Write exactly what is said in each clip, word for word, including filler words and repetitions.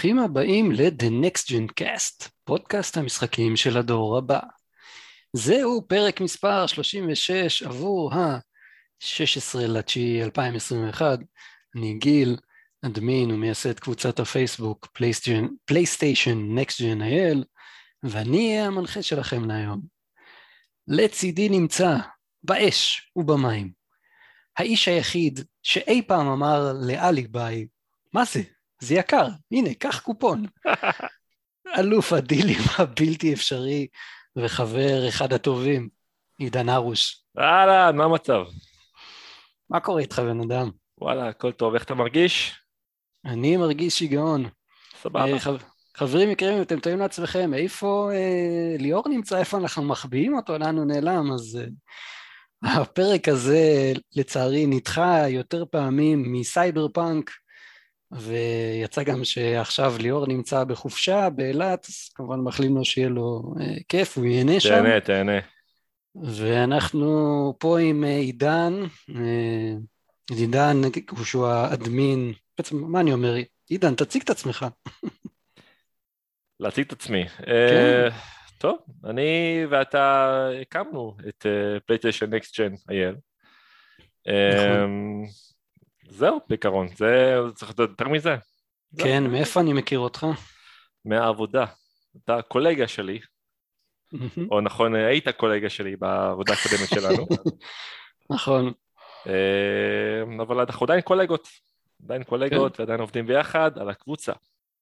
ברוכים הבאים ל-The Next Gen Cast, פודקאסט המשחקים של הדור הבא. זהו פרק מספר שלושים ושש עבור ה-שש עשרה לתשיעי אלפיים עשרים ואחת. אני גיל, אדמין ומייסד קבוצת הפייסבוק פלייסטיישן Next Gen איי אל, ואני אהיה המנחה שלכם להיום. לצידי נמצא באש ובמים האיש היחיד שאי פעם אמר לאלי ביי, מה זה? זה יקר, הנה, קח קופון. אלוף הדילים הבלתי אפשרי וחבר אחד הטובים, עידן ארוש. אהלן, מה המצב? מה קורה איתך בן אדם? וואלה, הכל טוב, איך אתה מרגיש? אני מרגיש שיגעון. סבבה. חב... חברים יקרים, אתם תאינו לעצמכם, איפה אה, ליאור נמצא, איפה אנחנו מחביאים אותו, לאן הוא נעלם, אז אה, הפרק הזה לצערי נדחה יותר פעמים מסייבר פאנק, ויצא גם שעכשיו ליאור נמצא בחופשה באילת, אז כמובן מאחלים לו שיהיה לו אה, כיף, הוא ייהנה שם. תהנה, תהנה. ואנחנו פה עם אה, עידן, אה, עידן שהוא האדמין, בעצם מה אני אומר, עידן תציג את עצמך. להציג את עצמי. כן. Uh, טוב, אני ואתה הקמנו את פלייסטיישן Next Gen איי אל. נכון. זהו, בעיקרון, זה צריך לדעת יותר מזה. כן, מאיפה אני מכיר אותך? מהעבודה. אתה קולגה שלי, או נכון, היית קולגה שלי בעבודה הקודמת שלנו. נכון. אבל אנחנו עדיין קולגות, עדיין קולגות ועדיין עובדים ביחד על הקבוצה.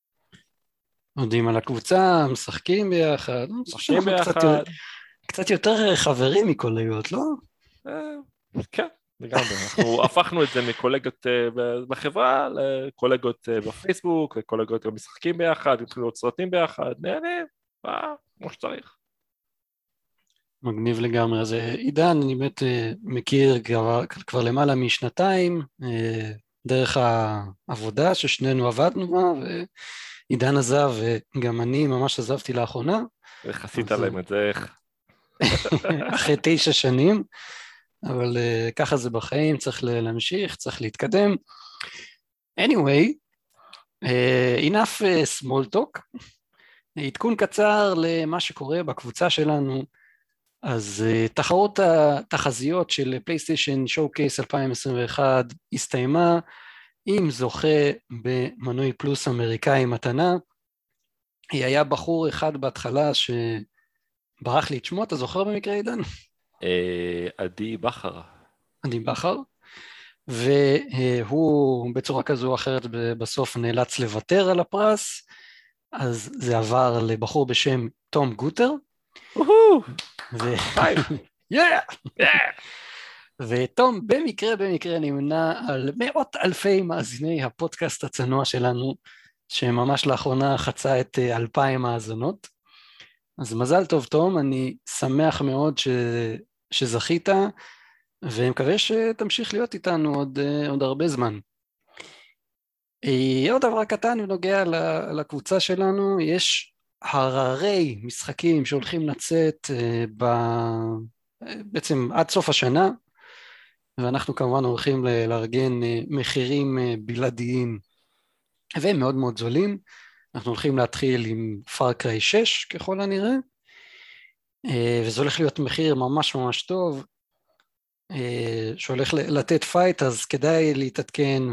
עובדים על הקבוצה, משחקים ביחד. משחקים ביחד. קצת יותר חברים מקולגות, לא? כן. לגמרי, אנחנו הפכנו את זה מקולגות בחברה לקולגות בפייסבוק, וקולגות גם משחקים ביחד, התחילו להיות סרטים ביחד, נהנה, כמו שצריך. מגניב לגמרי. אז עידן, אני באמת מכיר כבר, כבר למעלה משנתיים, דרך העבודה ששנינו עבדנו בה, ועידן עזב, וגם אני ממש עזבתי לאחרונה. איך עשית עליהם את זה, איך? אחרי תשע שנים. אבל uh, ככה זה בחיים, צריך להמשיך, צריך להתקדם. anyway, uh, enough uh, small talk, עדכון קצר למה שקורה בקבוצה שלנו. אז uh, תחרות התחזיות של פלייסטיישן שואו-קייס אלפיים עשרים ואחת הסתיימה, עם זוכה במנוי פלוס אמריקאי מתנה. היה בחור אחד בהתחלה שברח לי את שמו, אתה זוכר במקרה עידן? עדי בחר. עדי בחר, והוא בצורה כזו או אחרת בסוף נאלץ לוותר על הפרס, אז זה עבר לבחור בשם תום גוטר, ותום במקרה במקרה נמנה על מאות אלפי מאזיני הפודקאסט הצנוע שלנו, שממש לאחרונה חצה את אלפיים האזנות. אז מזל טוב תום, אני שמח מאוד ש... שזכית, ומקווה שתמשיך להיות איתנו עוד, עוד הרבה זמן. עוד דבר קטן ונוגע לקבוצה שלנו, יש הררי משחקים שהולכים לצאת ב... בעצם עד סוף השנה, ואנחנו כמובן הולכים לארגן מחירים בלעדיים והם מאוד מאוד זולים. אנחנו הולכים להתחיל עם פאר קריי שש ככל הנראה, וזה הולך להיות מחיר ממש ממש טוב, שהולך לתת פייט, אז כדאי להתעדכן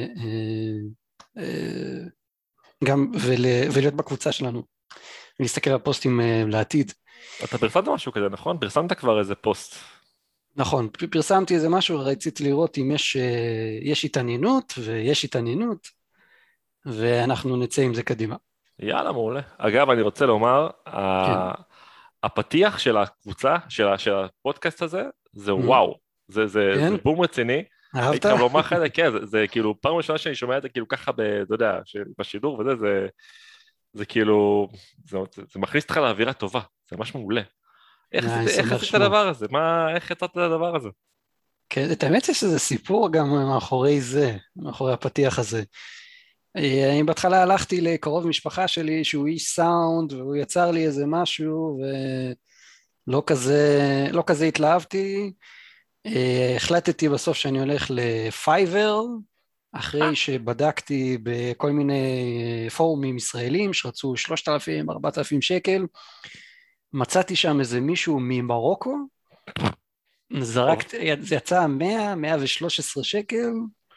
וגם ולהיות בקבוצה שלנו, ולהסתכל על הפוסטים לעתיד. אתה פרסמת משהו כזה, נכון? פרסמת כבר איזה פוסט. נכון, פרסמתי איזה משהו, רציתי לראות אם יש, יש התעניינות, ויש התעניינות, ואנחנו נצא עם זה קדימה. יאללה, מעולה. אגב, אני רוצה לומר, כן. הפתיח של הקבוצה, של, של הפודקאסט הזה, זה וואו, זה, זה, כן? זה בום רציני. אהבת? הייתי חייב לומר לך, כן, זה, זה כאילו, פעם ראשונה שאני שומע את זה כאילו ככה, ב, אתה יודע, בשידור וזה, זה, זה כאילו, זה, זה, זה מכניס אותך לאווירה טובה, זה ממש מעולה. איך, זה, איך עשית את הדבר הזה? מה, איך יצאת את הדבר הזה? כן, את האמת יש איזה סיפור גם מאחורי זה, מאחורי הפתיח הזה. אני בהתחלה הלכתי לקרוב משפחה שלי שהוא איש סאונד, והוא יצר לי איזה משהו, ולא כזה, לא כזה התלהבתי. החלטתי בסוף שאני הולך לפייבר, אחרי שבדקתי בכל מיני פורומים ישראלים שרצו שלושת אלפים, ארבעת אלפים שקל, מצאתי שם איזה מישהו ממרוקו, זרקתי, זה יצא מאה, מאה ושלוש עשרה שקל,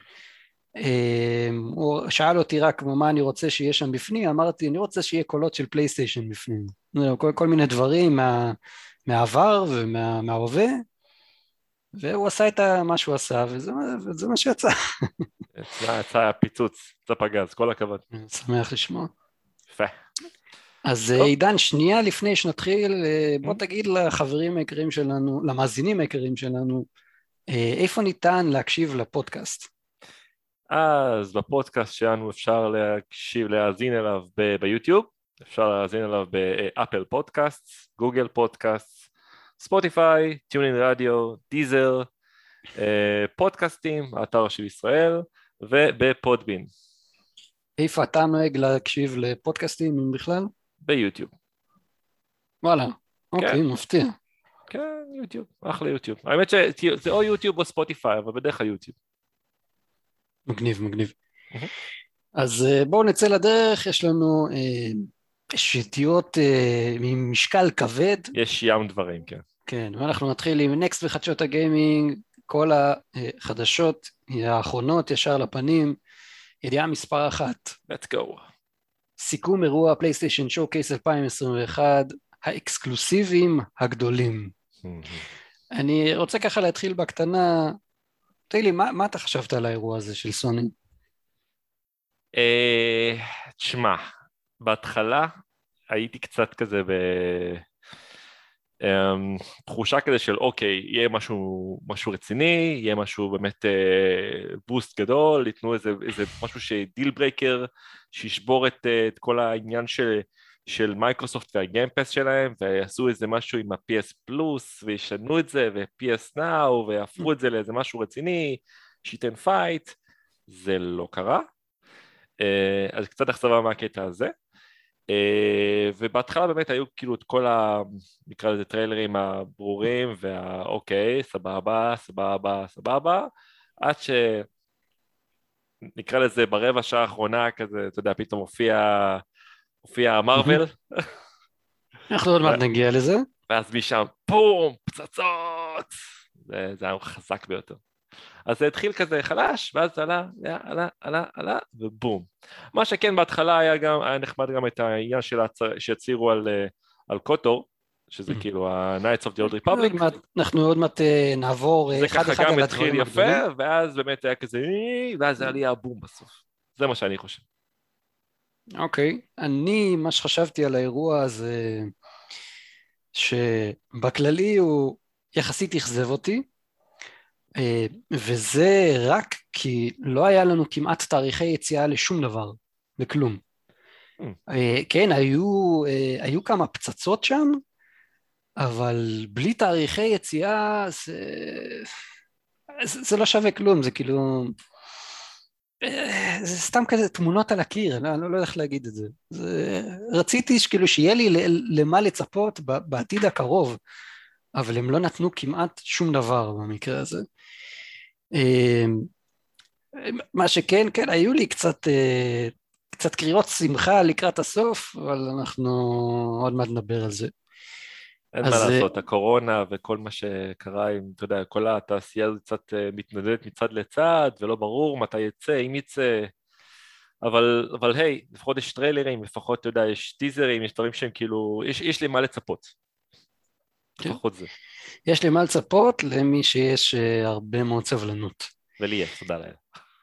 הוא שאל אותי רק מה אני רוצה שיהיה שם בפנים, אמרתי אני רוצה שיהיה קולות של פלייסטיישן בפנים, כל, כל מיני דברים מה, מהעבר ומההווה, והוא עשה את מה שהוא עשה, וזה, וזה מה שיצא. יצא, יצא פיצוץ, יצא פגז, כל הכבוד. שמח לשמוע. יפה. אז עידן, שנייה לפני שנתחיל, בוא תגיד לחברים היקרים שלנו, למאזינים היקרים שלנו, איפה ניתן להקשיב לפודקאסט? אז בפודקאסט שלנו אפשר להקשיב, להאזין אליו ב- ביוטיוב, אפשר להאזין אליו באפל פודקאסט, גוגל פודקאסט, ספוטיפיי, טיונין רדיו, דיזר, פודקאסטים, האתר של ישראל, ובפודבין. איפה אתה נוהג להקשיב לפודקאסטים אם בכלל? ביוטיוב. וואלה, אוקיי, מפתיע. כן, יוטיוב, אחלה יוטיוב. האמת שזה או יוטיוב או ספוטיפיי, אבל בדרך כלל יוטיוב. מגניב, מגניב. אז בואו נצא לדרך, יש לנו שתיות ממשקל כבד. יש ים דברים, כן. כן, ואנחנו נתחיל עם נקסט וחדשות הגיימינג, כל החדשות האחרונות ישר לפנים, ידיעה מספר אחת. Let's go. סיכום אירוע פלייסטיישן שואו-קייס אלפיים עשרים ואחת, האקסקלוסיביים הגדולים. אני רוצה ככה להתחיל בקטנה, תראי לי, מה, מה אתה חשבת על האירוע הזה של סוני? תשמע, בהתחלה הייתי קצת כזה בתחושה כזה של אוקיי, יהיה משהו, משהו רציני, יהיה משהו באמת בוסט גדול, ייתנו איזה, איזה משהו שדיל ברייקר, שישבור את, את כל העניין של, של מייקרוסופט והגיימפס שלהם, ויעשו איזה משהו עם ה-פי אס פלוס, וישנו את זה, ו-פי אס נאו, ויהפכו את זה לאיזה משהו רציני, שיטן פייט, זה לא קרה. אז קצת אכזבה מהקטע הזה, ובהתחלה באמת היו כאילו את כל ה... נקרא לזה טריילרים הברורים, והאוקיי, סבבה, סבבה, סבבה, עד ש... נקרא לזה ברבע שעה האחרונה כזה, אתה יודע, פתאום הופיע, הופיע מרוול. אנחנו עוד מעט נגיע לזה. ואז משם, פום, פצצות! זה, זה היה חזק ביותר. אז זה התחיל כזה חלש, ואז זה עלה, עלה, עלה, עלה, ובום. מה שכן בהתחלה היה גם, היה נחמד גם את העניין שהצהירו על, על קוטור, שזה כאילו ה-Knights of the Old Republic. אנחנו עוד מעט נעבור אחד אחד על הדברים. זה ככה גם התחיל יפה, ואז באמת היה כזה, ואז זה היה בום בסוף. זה מה שאני חושב. אוקיי, אני, מה שחשבתי על האירוע הזה, שבכללי הוא יחסית אכזב אותי, וזה רק כי לא היה לנו כמעט תאריכי יציאה לשום דבר, לכלום. כן, היו, היו כמה פצצות שם, אבל בלי תאריכי יציאה זה, זה לא שווה כלום, זה כאילו, זה סתם כזה תמונות על הקיר, אני לא, לא יודע איך להגיד את זה. זה רציתי שכאילו שיהיה לי למה לצפות בעתיד הקרוב, אבל הם לא נתנו כמעט שום דבר במקרה הזה. מה שכן, כן, היו לי קצת, קצת קריאות שמחה לקראת הסוף, אבל אנחנו עוד מעט נדבר על זה. אין מה לעשות, הקורונה וכל מה שקרה עם, אתה יודע, כל התעשייה הזאת קצת מתנדדת מצד לצד, ולא ברור מתי יצא, אם יצא, אבל, אבל היי, לפחות יש טריילרים, לפחות, אתה יודע, יש טיזרים, יש דברים שהם כאילו, יש, יש לי מה לצפות. לפחות זה. יש לי מה לצפות למי שיש הרבה מאוד סבלנות. ולי יש, תודה להם.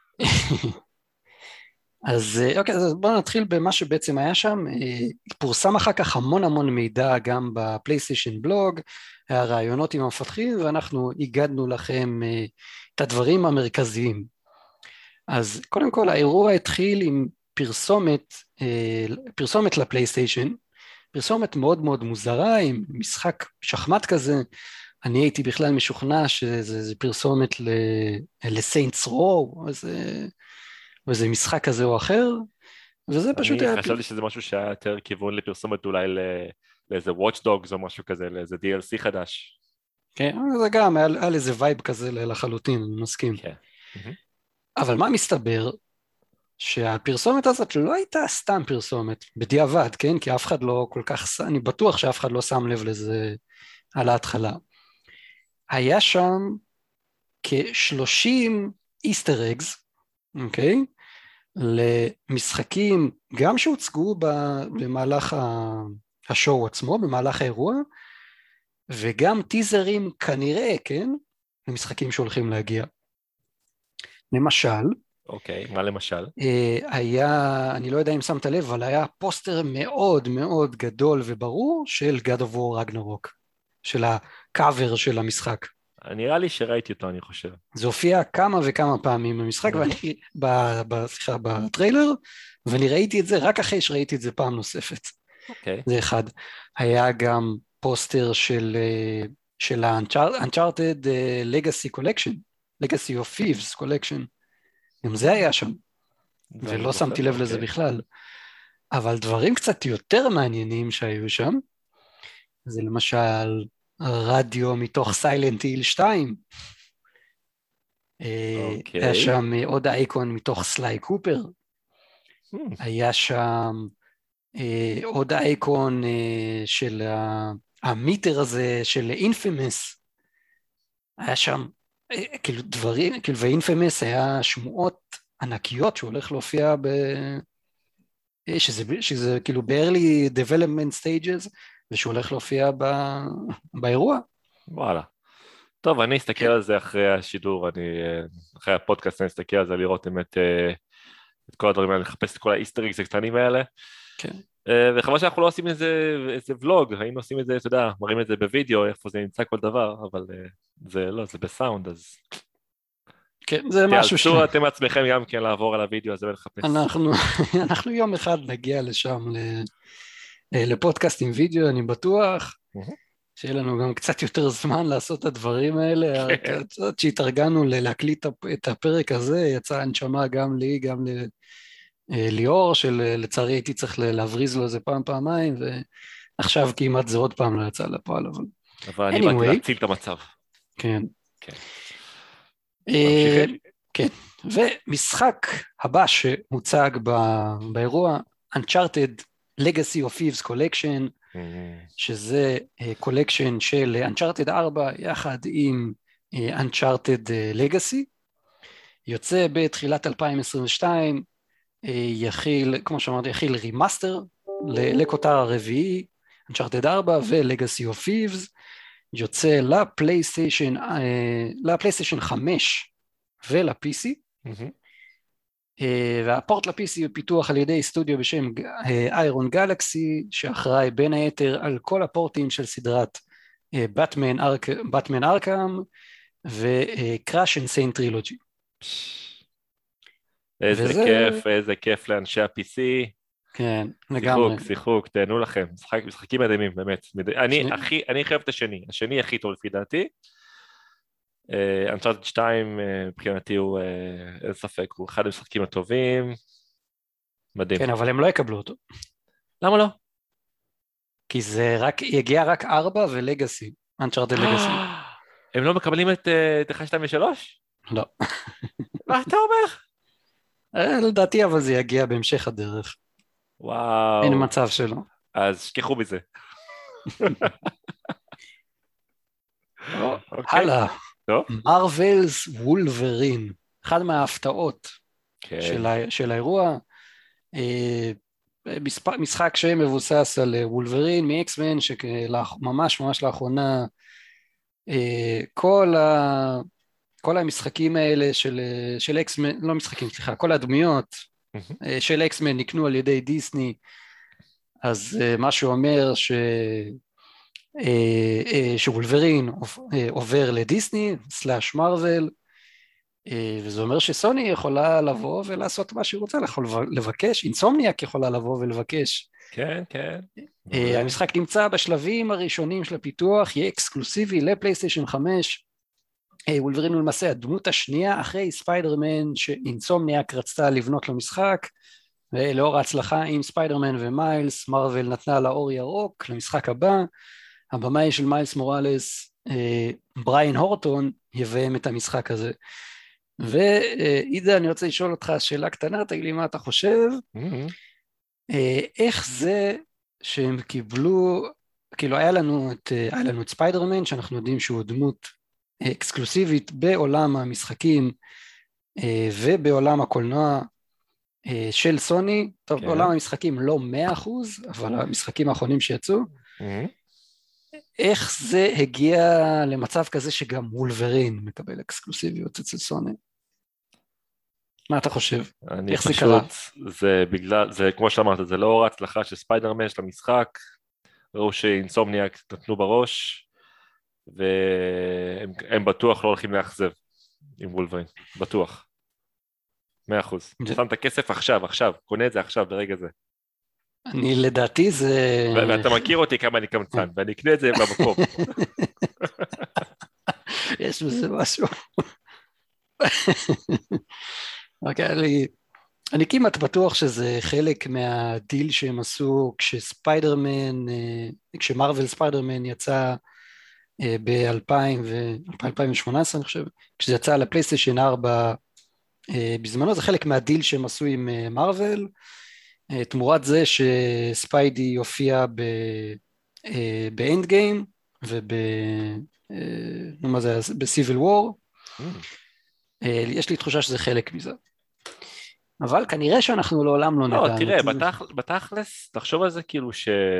אז אוקיי, אז בואו נתחיל במה שבעצם היה שם. פורסם אחר כך המון המון מידע גם בפלייסטיישן בלוג, הרעיונות עם המפתחים, ואנחנו הגדנו לכם את הדברים המרכזיים. אז קודם כל האירוע התחיל עם פרסומת, פרסומת לפלייסטיישן, פרסומת מאוד מאוד מוזרה, עם משחק שחמט כזה. אני הייתי בכלל משוכנע שזה פרסומת לסיינטס רו, וזה משחק כזה או אחר, וזה פשוט היה... אני חשבתי שזה משהו שהיה יותר כיוון לפרסומת אולי לאיזה Watch Dogs או משהו כזה, לאיזה די אל סי חדש. כן, זה גם היה איזה וייב כזה לחלוטין, אני מסכים. אבל מה מסתבר? שהפרסומת הזאת לא הייתה סתם פרסומת, בדיעבד, כן? כי אף אחד לא כל כך, אני בטוח שאף אחד לא שם לב לזה על ההתחלה. היה שם כ-שלושים איסטר אגס, אוקיי? למשחקים, גם שהוצגו במהלך השואו עצמו, במהלך האירוע, וגם טיזרים כנראה, כן? למשחקים שהולכים להגיע. למשל, אוקיי, מה למשל? היה, אני לא יודע אם שמת לב, אבל היה פוסטר מאוד מאוד גדול וברור של God of War Ragnarok, של הקאבר של המשחק. נראה לי שראיתי אותו, אני חושב. זה הופיע כמה וכמה פעמים במשחק, ואני, סליחה, בטריילר, ואני ראיתי את זה רק אחרי שראיתי את זה פעם נוספת. אוקיי. זה אחד. היה גם פוסטר של, של ה-Uncharted Legacy Collection, Legacy of Thieves Collection. גם זה היה שם, ולא שמתי לב לזה בכלל. אבל דברים קצת יותר מעניינים שהיו שם, זה למשל רדיו מתוך סיילנט היל שתיים. היה שם עוד אייקון מתוך סליי קופר. היה שם עוד אייקון של המיטר הזה של אינפימוס. היה שם כאילו דברים, כאילו ואינפימוס היה שמועות ענקיות שהולך להופיע ב... שזה, שזה כאילו ב-early development stages, ושהוא הולך להופיע ב... באירוע. וואלה. טוב, אני אסתכל על זה אחרי השידור, אני, אחרי הפודקאסט אני אסתכל על זה, לראות באמת את כל הדברים האלה, לחפש את כל האיסטריקס הקטנים האלה. כן. וחבל שאנחנו לא עושים איזה, איזה ולוג, היינו עושים את זה, אתה יודע, מראים את זה בווידאו, איפה זה נמצא כל דבר, אבל זה לא, זה בסאונד, אז... כן, זה משהו ש... תיאלצו אתם עצמכם גם כן לעבור על הווידאו הזה ולחפש. אנחנו, אנחנו יום אחד נגיע לשם, לפודקאסט עם וידאו, אני בטוח, שיהיה לנו גם קצת יותר זמן לעשות את הדברים האלה, קצת שהתארגנו להקליט את הפרק הזה, יצאה הנשמה גם לי, גם לליאור, שלצערי הייתי צריך להבריז לו איזה פעם, פעמיים, ועכשיו כמעט זה עוד פעם לא יצא לפועל, אבל... אבל אני באתי להציל את המצב. כן. כן. כן, ומשחק הבא שמוצג באירוע, Uncharted Legacy of Thieves Collection, שזה קולקשן של Uncharted ארבע יחד עם Uncharted Legacy, יוצא בתחילת אלפיים עשרים ושתיים, יכיל, כמו שאמרתי, יכיל רימאסטר לכותר הרביעי, Uncharted ארבע ו-Legacy of Thieves, יוצא לפלייסטיישן, לפלייסטיישן חמש ול-פי סי, והפורט ל-פי סי הוא פיתוח על ידי סטודיו בשם איירון גלקסי, שאחראי בין היתר על כל הפורטים של סדרת באטמן ארקאם וקראש אנד סיין טרילוגי. איזה וזה... כיף, איזה כיף לאנשי ה-פי סי. כן, לגמרי. שיחוק, שיחוק, תהנו לכם, משחק, משחקים מדהימים, באמת. אני, שני... הכי, אני חייב את השני, השני הכי טוב לפי דעתי. Uncharted שתיים, מבחינתי הוא, אין ספק, הוא אחד המשחקים הטובים. מדהים. כן, אבל הם לא יקבלו אותו. למה לא? כי זה רק, יגיע רק ארבע ולגאסי, Uncharted לגאסי. הם לא מקבלים את אחת, שתיים ושלוש? לא. מה אתה אומר? לדעתי, אבל זה יגיע בהמשך הדרך. וואו. אין מצב שלו. אז שכחו בזה. הלאה. מרוולס וולברין. אחד מההפתעות של האירוע. משחק שמבוסס על וולברין מאקסמן, שממש ממש לאחרונה כל ה... כל המשחקים האלה של, של אקסמן, לא משחקים, סליחה, כל הדמויות mm-hmm. של אקסמן נקנו על ידי דיסני, אז מה שאומר ש, שוולברין עובר לדיסני, סלאש מרוול, וזה אומר שסוני יכולה לבוא ולעשות מה שהיא רוצה, יכול לבקש, אינסומניאק יכולה לבוא ולבקש. כן, כן. המשחק נמצא בשלבים הראשונים של הפיתוח, יהיה אקסקלוסיבי לפלייסטיישן חמש, וולברין הוא למעשה הדמות השנייה אחרי ספיידרמן שאינסומניאק רצתה לבנות לו משחק, ולאור ההצלחה עם ספיידרמן ומיילס, מרוול נתנה לה אור ירוק למשחק הבא. הבמאי של מיילס מוראלס, בריין הורטון, יביים את המשחק הזה. ועידה, אני רוצה לשאול אותך שאלה קטנה, תגיד לי מה אתה חושב, איך זה שהם קיבלו, כאילו היה לנו את, היה לנו את ספיידרמן, שאנחנו יודעים שהוא דמות אקסקלוסיבית בעולם המשחקים ובעולם הקולנוע של סוני, טוב, בעולם המשחקים לא מאה אחוז, אבל המשחקים האחרונים שיצאו, איך זה הגיע למצב כזה שגם וולברין מקבל אקסקלוסיביות אצל סוני? מה אתה חושב? איך זה קרה? זה בגלל, זה כמו שאמרת, זה לא ההצלחה של ספיידרמן של המשחק, ראו שאינסומניאק נתנו בראש, והם בטוח לא הולכים לאכזב עם וולברין, בטוח. מאה אחוז. שם את הכסף עכשיו, עכשיו, קונה את זה עכשיו, ברגע זה. אני לדעתי זה... ואתה מכיר אותי כמה אני קמצן, ואני אקנה את זה במקום. יש בזה משהו. רק היה לי... אני כמעט בטוח שזה חלק מהדיל שהם עשו כשספיידרמן, כשמרוול ספיידרמן יצא ב-אלפיים ושמונה עשרה, אני חושב, כשזה יצא לפלייסטיישן ארבע, בזמנו זה חלק מהדיל שהם עשו עם מרוול, תמורת זה שספיידי יופיע באנד גיים וב... נו מה זה, בסיביל וור, יש לי תחושה שזה חלק מזה. אבל כנראה שאנחנו לעולם לא נדע. לא, תראה, בתכלס, תחשוב על זה כאילו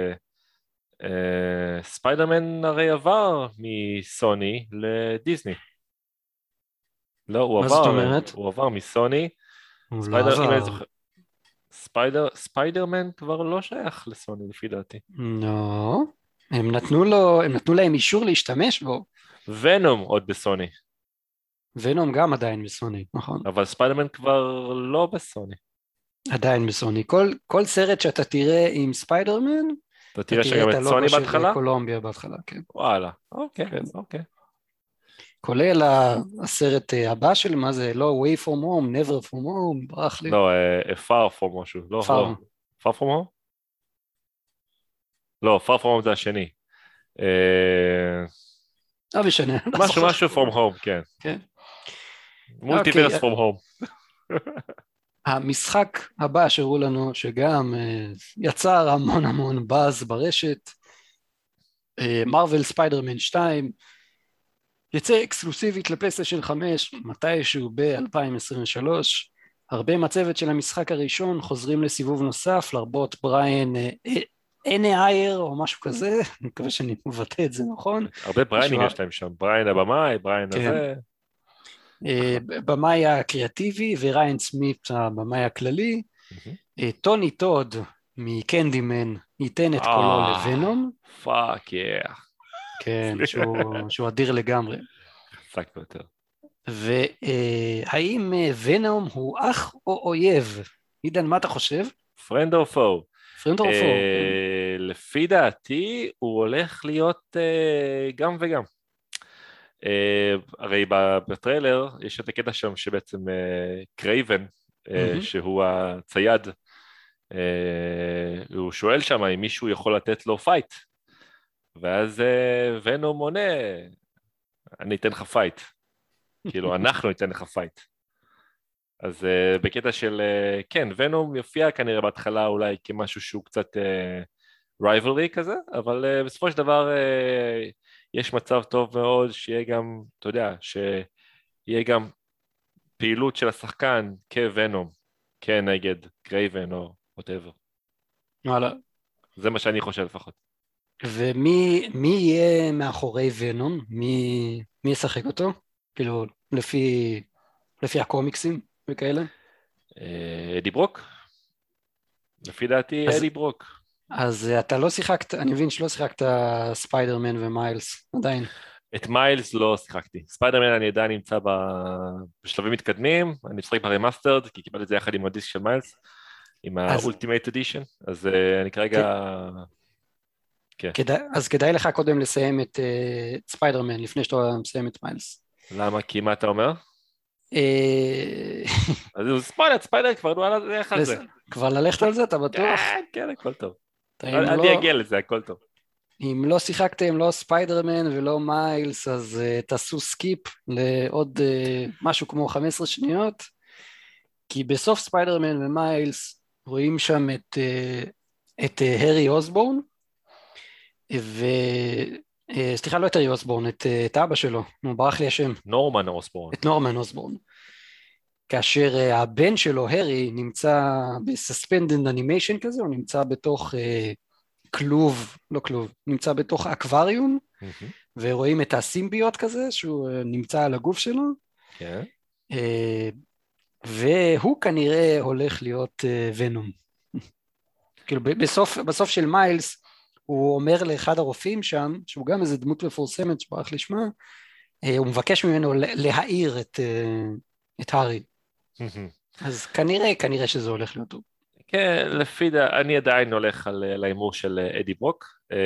שספיידרמן הרי עבר מסוני לדיסני. לא, הוא עבר, הוא עבר מסוני. ספיידרמן כבר לא שייך לסוני לפי דעתי. לא, הם נתנו לו, הם נתנו להם אישור להשתמש בו. ונום עוד בסוני. ונום גם עדיין בסוני, נכון. אבל ספיידרמן כבר לא בסוני. עדיין בסוני. כל, כל סרט שאתה תראה עם ספיידרמן, אתה תראה שגם את סוני בהתחלה? של קולומביה בהתחלה, כן. וואלה, אוקיי, אוקיי. כולל הסרט הבא של מה זה, לא Way From Home, Never From Home, ברח לי. לא, Far From משהו, לא, לא. Far From Home? לא, Far From Home זה השני. לא משנה. משהו, משהו From Home, כן. כן. מולטיברס From Home. המשחק הבא שהראו לנו, שגם יצר המון המון באז ברשת, מרוול ספיידרמן שתיים, יצא אקסקלוסיבית לפלייסטיישן חמש, מתישהו ב-אלפיים עשרים ושלוש, הרבה מהצוות של המשחק הראשון חוזרים לסיבוב נוסף, לרבות בריין אנהייר או משהו כזה, אני מקווה שאני מבטא את זה נכון. הרבה בריינים יש להם שם, בריין הבמאי, בריין הזה. במאי הקריאטיבי וריין סמית הבמאי הכללי, טוני טוד מקנדימן ייתן את קולו לוונום. פאק יא. כן, שהוא אדיר לגמרי. חזק ביותר. והאם ונום הוא אח או אויב? עידן, מה אתה חושב? פרנד או פו? פרנד או פו. לפי דעתי הוא הולך להיות גם וגם. הרי בטריילר יש את הקטע שם שבעצם קרייבן, שהוא הצייד, הוא שואל שם אם מישהו יכול לתת לו פייט. ואז ונום עונה, אני אתן לך פייט, כאילו אנחנו ניתן לך פייט. אז בקטע של, כן, ונום יופיע כנראה בהתחלה אולי כמשהו שהוא קצת רייבלרי כזה, אבל בסופו של דבר יש מצב טוב מאוד שיהיה גם, אתה יודע, שיהיה גם פעילות של השחקן כוונום, כנגד קרייבן או whatever. וואלה. זה מה שאני חושב לפחות. ומי מי יהיה מאחורי ונום? מי, מי ישחק אותו? כאילו, לפי, לפי הקומיקסים וכאלה? אדי ברוק? לפי דעתי אז, אדי ברוק. אז אתה לא שיחקת, אני מבין שלא שיחקת ספיידרמן ומיילס, עדיין. את מיילס לא שיחקתי. ספיידרמן אני עדיין נמצא בשלבים מתקדמים, אני משחק ברמאסטרד, כי קיבלתי את זה יחד עם הדיסק של מיילס, עם האולטימייט אדישן, אז אני כרגע... כן. כדאי, אז כדאי לך קודם לסיים את uh, ספיידרמן, לפני שאתה מסיים את מיילס. למה? כי מה אתה אומר? אז הוא ספוילר, ספיידר כבר נועל ללכת על זה. כבר ללכת על זה, אתה בטוח? כן, כן, הכל טוב. אני אגיע לזה, הכל טוב. אם לא שיחקתם לא ספיידרמן ולא מיילס, אז uh, תעשו סקיפ לעוד uh, משהו כמו חמש עשרה שניות, כי בסוף ספיידרמן ומיילס רואים שם את, uh, את uh, הרי אוסבורן, ו... uh, סליחה, לא את הרי אוסבורן, את, uh, את אבא שלו, נו, ברח לי השם. נורמן אוסבורן. את נורמן אוסבורן. כאשר uh, הבן שלו, הרי, נמצא בסספנדד אנימיישן כזה, הוא נמצא בתוך... Uh, כלוב, לא כלוב, נמצא בתוך אקווריום, mm-hmm. ורואים את הסימביות כזה, שהוא נמצא על הגוף שלו, כן. Okay. והוא כנראה הולך להיות ונום. כאילו בסוף, בסוף של מיילס, הוא אומר לאחד הרופאים שם, שהוא גם איזה דמות מפורסמת שברח לשמה, הוא מבקש ממנו להעיר את, את הארי. Mm-hmm. אז כנראה, כנראה שזה הולך להיות טוב. כן, לפי דה, אני עדיין הולך על ההימור של אדי ברוק.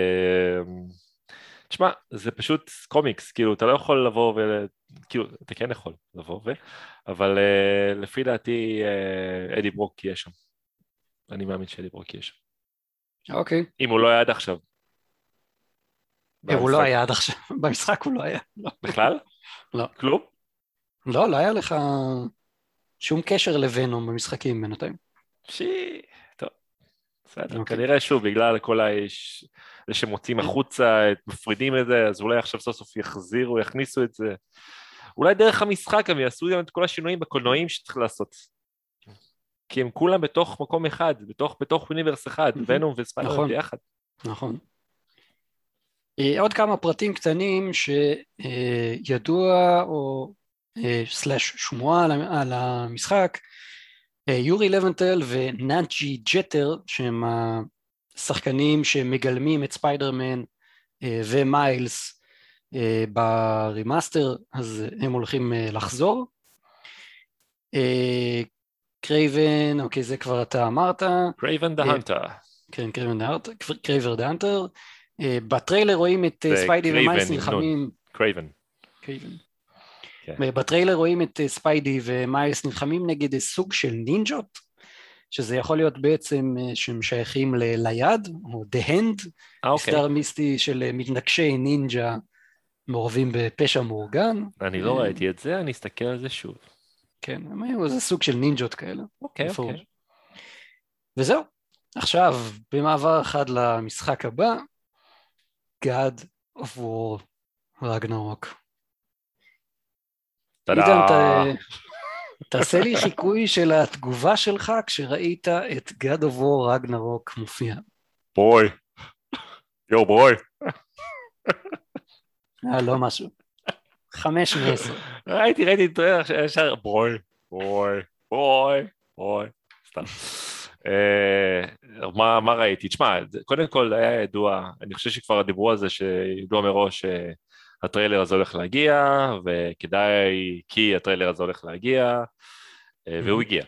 תשמע, זה פשוט קומיקס, כאילו, אתה לא יכול לבוא ו... כאילו, אתה כן יכול לבוא ו... אבל לפי דעתי, אדי ברוק יהיה שם. אני מאמין שאדי ברוק יהיה שם. אוקיי. אם הוא לא היה עד עכשיו. הוא לא היה עד עכשיו. במשחק הוא לא היה. בכלל? לא. כלום? לא, לא היה לך שום קשר לוונום במשחקים בינתיים. שי, טוב, בסדר, okay. כנראה שוב, בגלל כל האיש, זה שמוצאים החוצה, מפרידים את זה, אז אולי עכשיו סוף סוף יחזירו, יכניסו את זה, אולי דרך המשחק הם יעשו גם את כל השינויים בקולנועים שצריך לעשות, כי הם כולם בתוך מקום אחד, בתוך, בתוך אוניברס אחד, ונום וספיידרמן נכון. ביחד. נכון. עוד כמה פרטים קטנים שידוע, או סלש שמועה על המשחק, יורי לבנטל ונאנג'י ג'טר, שהם השחקנים שמגלמים את ספיידרמן ומיילס ברימאסטר, אז הם הולכים לחזור. קרייבן, אוקיי, זה כבר אתה אמרת. קרייבן דה הנטר. כן, קרייבן דה הנטר, קרייבר דה הנטר. בטריילר רואים את ספיידי ומיילס נלחמים. קרייבן. קרייבן. בטריילר רואים את ספיידי ומיילס נלחמים נגד סוג של נינג'ות, שזה יכול להיות בעצם שהם שייכים ליד, או The Hand, מסדר מיסטי של מתנגשי נינג'ה מעורבים בפשע מאורגן. אני לא ראיתי את זה, אני אסתכל על זה שוב. כן, זה סוג של נינג'ות כאלה. אוקיי, אוקיי. וזהו, עכשיו במעבר אחד למשחק הבא, God of War Ragnarok. עידן, תעשה לי חיקוי של התגובה שלך כשראית את God of War Ragnarok מופיע. בוי, יו בוי. אה, לא משהו. חמש מעשר. ראיתי, ראיתי, ישר, בוי, בוי, בוי, בוי, סתם. מה ראיתי? תשמע, קודם כל היה ידוע, אני חושב שכבר דיברו על זה, שידוע מראש הטריילר הזה הולך להגיע, וכדאי, כי הטריילר הזה הולך להגיע, והוא הגיע.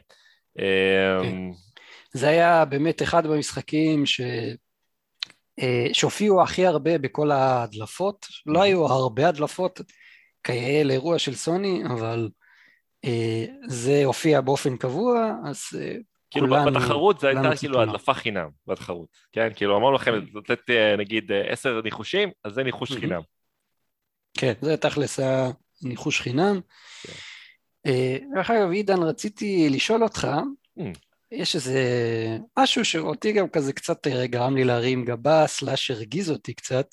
זה היה באמת אחד במשחקים ש... שהופיעו הכי הרבה בכל ההדלפות, לא היו הרבה הדלפות כאלה אירוע של סוני, אבל זה הופיע באופן קבוע, אז כאילו בתחרות זה הייתה כאילו הדלפה חינם, בתחרות, כן? כאילו אמרנו לכם לתת נגיד עשר ניחושים, אז זה ניחוש חינם. כן, זה תכלס הניחוש חינם. ואחר כך, עידן, רציתי לשאול אותך, יש איזה משהו שאותי גם כזה קצת גרם לי להרים גבה, סלאש הרגיז אותי קצת.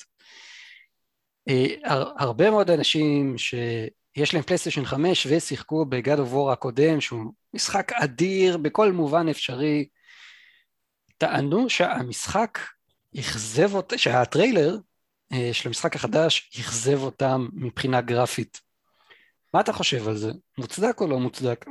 הרבה מאוד אנשים שיש להם פלייסטיישן חמש ושיחקו ב-God of War הקודם, שהוא משחק אדיר בכל מובן אפשרי, טענו שהמשחק יחזב אותם, שהטריילר של המשחק החדש יחזב אותם מבחינה גרפית. מה אתה חושב על זה? מוצדק או לא מוצדק?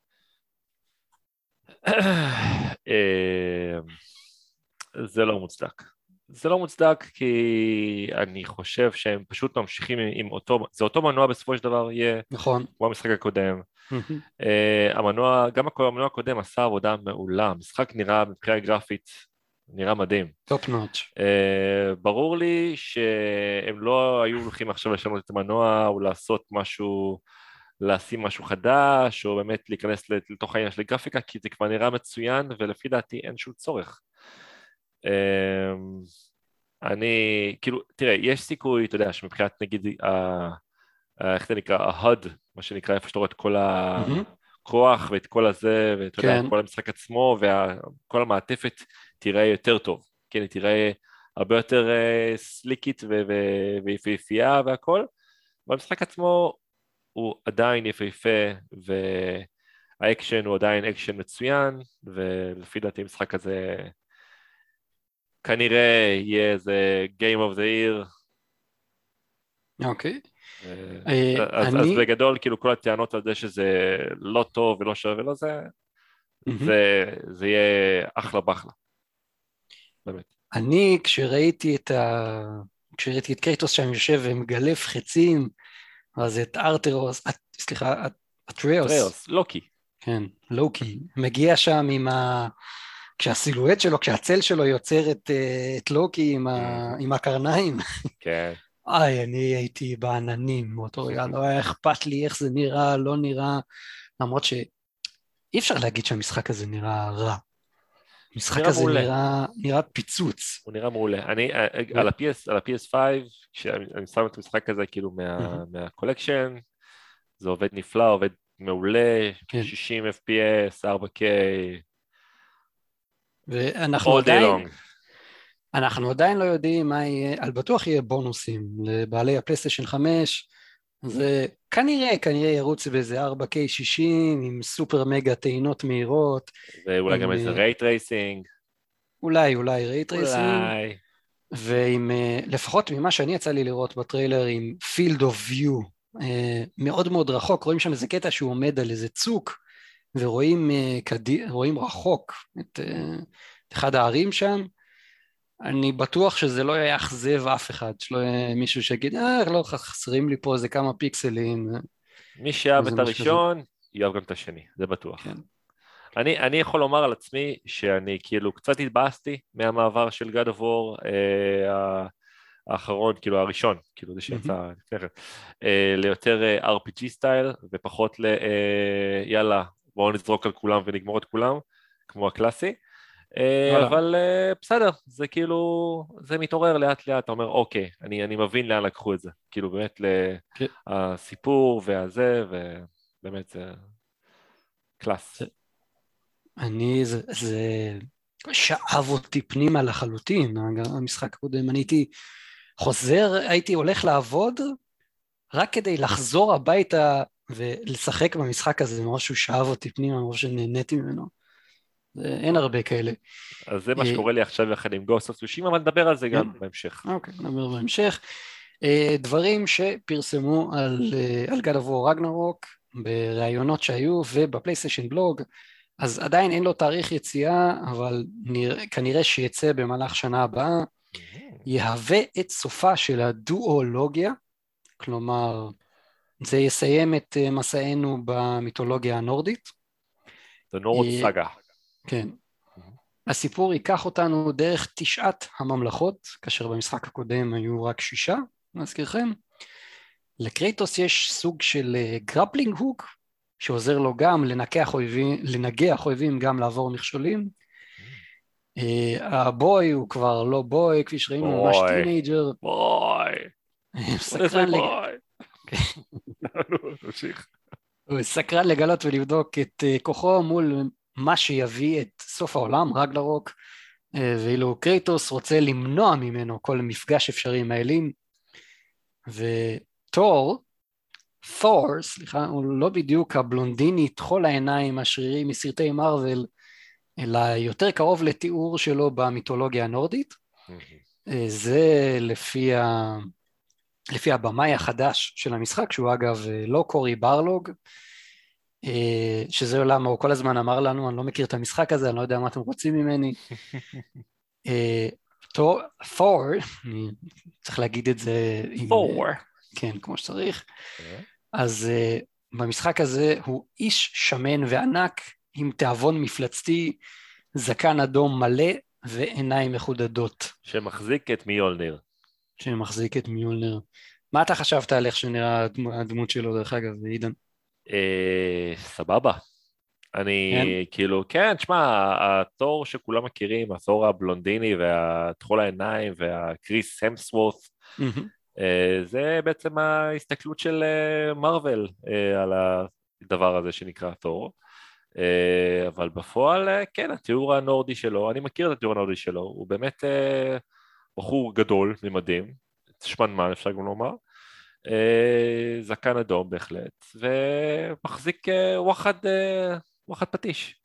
זה לא מוצדק. זה לא מוצדק כי אני חושב שהם פשוט ממשיכים עם אותו, זה אותו מנוע בסופו של דבר יהיה, נכון. כמו המשחק הקודם. המנוע, גם המנוע הקודם עשה עבודה מעולה, המשחק נראה מבחינה גרפית, נראה מדהים. טופ נוטש. ברור לי שהם לא היו הולכים עכשיו לשנות את המנוע או לעשות משהו, לשים משהו חדש, או באמת להיכנס לתוך העניין של הגרפיקה, כי זה כבר נראה מצוין, ולפי דעתי אין שום צורך. אני, כאילו, תראה, יש סיכוי, אתה יודע, שמבחינת נגיד, איך זה נקרא, ה-הוד, מה שנקרא, איפה שאתה רואה את כל הכוח ואת כל הזה, ואתה יודע, את כל המשחק עצמו, וכל המעטפת תראה יותר טוב, כן, היא תראה הרבה יותר סליקית ויפהפייה והכל, והמשחק עצמו הוא עדיין יפהפה, והאקשן הוא עדיין אקשן מצוין, ולפי דעתי המשחק הזה כנראה יהיה איזה Game of the Year. אוקיי. אז בגדול, כאילו כל הטענות על זה שזה לא טוב ולא שווה ולא זה, זה יהיה אחלה בחלה. באמת. אני, כשראיתי את ה... כשראיתי את קרייטוס שם יושב ומגלף חצים, אז את ארתרוס, סליחה, אטריוס. אטריוס, לוקי. כן, לוקי. מגיע שם עם ה... כשהסילואט שלו, כשהצל שלו יוצר את, את לוקי עם, ה... עם הקרניים. כן. איי, אני הייתי בעננים מאותו רגע, לא היה אכפת לי איך זה נראה, לא נראה, למרות שאי אפשר להגיד שהמשחק הזה נראה רע. המשחק הזה נראה, נראה פיצוץ. הוא נראה מעולה. אני, על ה-פי אס פייב, כשאני שם את המשחק הזה כאילו מהקולקשן, זה עובד נפלא, עובד מעולה, שישים אף פי אס, ארבע קיי, ואנחנו עדיין, אנחנו עדיין לא יודעים מה יהיה, על בטוח יהיה בונוסים לבעלי הפלייסטיישן חמש, זה כנראה, כנראה ירוץ באיזה ארבע קיי שישים עם סופר מגה טעינות מהירות. ואולי גם איזה רייט רייסינג. אולי, אולי רייט רייסינג. ועם, לפחות ממה שאני יצא לי לראות בטריילר, עם field of view, מאוד מאוד רחוק, רואים שם איזה קטע שהוא עומד על איזה צוק, ורואים רואים רחוק את אחד הערים שם. אני בטוח שזה לא יאכזב אף אחד, שלא יהיה מישהו שיגיד, אה, לא חסרים לי פה איזה כמה פיקסלים. מי שאהב את הראשון, יאהב גם את השני, זה בטוח. כן. אני, אני יכול לומר על עצמי שאני כאילו קצת התבאסתי מהמעבר של God of War אה, האחרון, כאילו הראשון, כאילו זה שיצא לפני כן, אה, ליותר אה, אר פי ג'י סטייל, ופחות ל, אה, יאללה, בואו נזרוק על כולם ונגמור את כולם, כמו הקלאסי. אבל בסדר, זה כאילו, זה מתעורר לאט לאט, אתה אומר, אוקיי, אני, אני מבין לאן לקחו את זה, כאילו באמת לסיפור והזה, ובאמת זה קלאס. אני, זה, זה שאב אותי פנימה לחלוטין, המשחק הקודם, אני הייתי חוזר, הייתי הולך לעבוד, רק כדי לחזור הביתה ולשחק במשחק הזה, ממש שהוא שאב אותי פנימה, ממש שנהניתי ממנו. אין הרבה כאלה. אז זה מה שקורה לי עכשיו יחד עם Ghost of Tsushima, אבל נדבר על זה גם בהמשך. אוקיי, נדבר בהמשך. דברים שפרסמו על God of War Ragnarok, בראיונות שהיו ובפלייסטיישן בלוג, אז עדיין אין לו תאריך יציאה, אבל כנראה שיצא במהלך שנה הבאה, יהווה את סופה של הדואולוגיה, כלומר, זה יסיים את מסענו במיתולוגיה הנורדית. The Nord Saga. כן. הסיפור ייקח אותנו דרך תשעת הממלכות, כאשר במשחק הקודם היו רק שישה, נזכירכם. לקרייטוס יש סוג של גרפלינג הוק, שעוזר לו גם לנגח אויבים, לנגח אויבים גם לעבור מכשולים. הבוי הוא כבר לא בוי, כפי שראינו, ממש טינג'ר. בוי. סקרן הוא סקרן לגלות ולבדוק את כוחו מול מה שיביא את סוף העולם, רגנרוק, ואילו קרייטוס רוצה למנוע ממנו כל מפגש אפשרי עם האלים, ותור, תור, סליחה, הוא לא בדיוק הבלונדיני תחול העיניים השרירי מסרטי מרוול, אלא יותר קרוב לתיאור שלו במיתולוגיה הנורדית. זה לפי, ה... לפי הבמאי החדש של המשחק, שהוא אגב לא קורי ברלוג, שזה למה הוא כל הזמן אמר לנו, אני לא מכיר את המשחק הזה, אני לא יודע מה אתם רוצים ממני. תור, צריך להגיד את זה, תור, כן, כמו שצריך. אז במשחק הזה הוא איש שמן וענק, עם תיאבון מפלצתי, זקן אדום מלא ועיניים מחודדות. שמחזיק את מיולניר. שמחזיק את מיולניר. מה אתה חשבת על איך שנראה הדמות שלו דרך אגב, עידן? אה, סבבה. אני כן. כאילו, כן, תשמע, התור שכולם מכירים, התור הבלונדיני והתכול העיניים והקריס המסוורת', מהמם. זה בעצם ההסתכלות של מרוול על הדבר הזה שנקרא תור. אבל בפועל, כן, התיאור הנורדי שלו, אני מכיר את התיאור הנורדי שלו, הוא באמת בחור גדול ממדים, שמנמן אפשר גם לומר, זקן אדום בהחלט, ומחזיק ווחד, ווחד פטיש.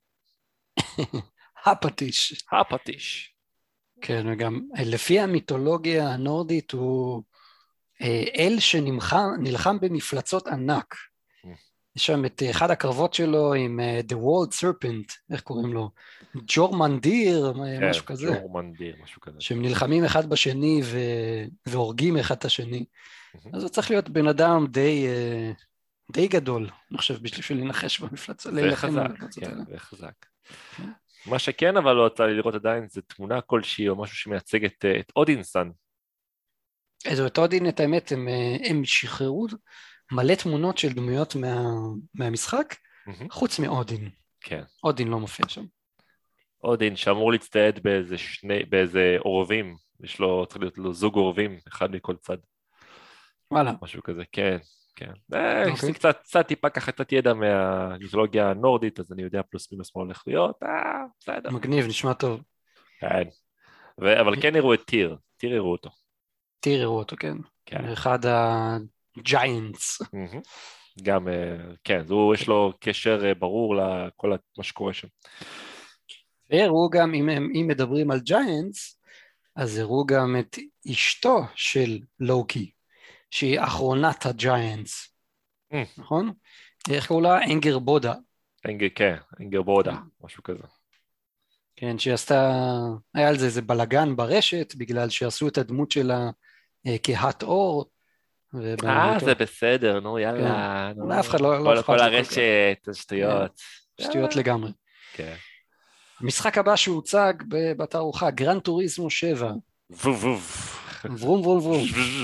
הפטיש. הפטיש. כן, וגם לפי המיתולוגיה הנורדית הוא אל שנלחם במפלצות ענק. יש שם את אחד הקרבות שלו עם The World Serpent, איך קוראים לו? ג'ורמנדיר, כן, משהו כזה. ג'ורמנדיר, משהו כזה. שהם נלחמים אחד בשני ו... והורגים אחד את השני. אז הוא צריך להיות בן אדם די, די גדול, אני חושב, בשביל לנחש במפלצות. וחזק, כן, וחזק. מה שכן, אבל לא רוצה לראות עדיין, זה תמונה כלשהי או משהו שמייצג את, את אודינסון. אז את אודין, את האמת, הם, הם שחררו מלא תמונות של דמויות מה, מהמשחק, mm-hmm. חוץ מאודין. כן. אודין לא מופיע שם. אודין שאמור להצטעד באיזה שני, באיזה עורבים, יש לו, צריך להיות לו זוג עורבים, אחד מכל צד. וואלה. משהו כזה, כן, כן. Okay. יש לי קצת, קצת טיפה ככה קצת ידע מהמיתולוגיה הנורדית, אז אני יודע פלוס מינוס מה הולך להיות, אה, בסדר. מגניב, נשמע טוב. כן. ו- אבל כן הראו את טיר, טיר הראו אותו. טיר הראו אותו, כן. כן. אחד הג'יינטס. גם, כן, הוא, יש לו קשר ברור לכל מה שקורה שם. והראו גם, אם, אם מדברים על ג'יינטס, אז הראו גם את אשתו של לוקי, שהיא אחרונת הג'יינטס, נכון? איך קראו לה? אנגר בודה. אנגר, כן, אנגר בודה, משהו כזה. כן, שהיא עשתה, היה על זה איזה בלגן ברשת, בגלל שעשו את הדמות שלה כהת אור. אה, זה בסדר, נו, יאללה. אף אחד לא אכפת. כל הרשת, שטויות. שטויות לגמרי. כן. המשחק הבא שהוצג בתערוכה, גרן טוריסמו שבע. ווב ווב. ורום ורום ורום.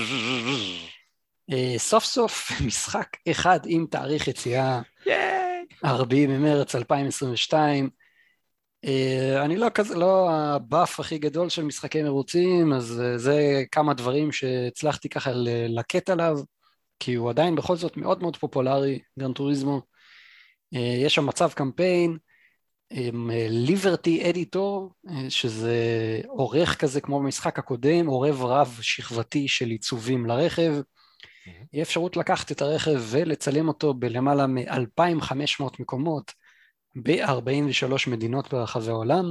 סוף סוף משחק אחד עם תאריך יציאה, ארבעה ממרץ אלפיים עשרים ושתיים. אני לא כזה, לא הבאף הכי גדול של משחקי מרוצים, אז זה כמה דברים שהצלחתי ככה לקט עליו, כי הוא עדיין בכל זאת מאוד מאוד פופולרי, גרן טוריסמו. יש שם מצב קמפיין, ליברטי אדיטור, שזה עורך כזה כמו במשחק הקודם, עורב רב שכבתי של עיצובים לרכב, יהיה אפשרות לקחת את הרכב ולצלם אותו בלמעלה מ-אלפיים וחמש מאות מקומות, ב-ארבעים ושלוש מדינות ברחבי העולם,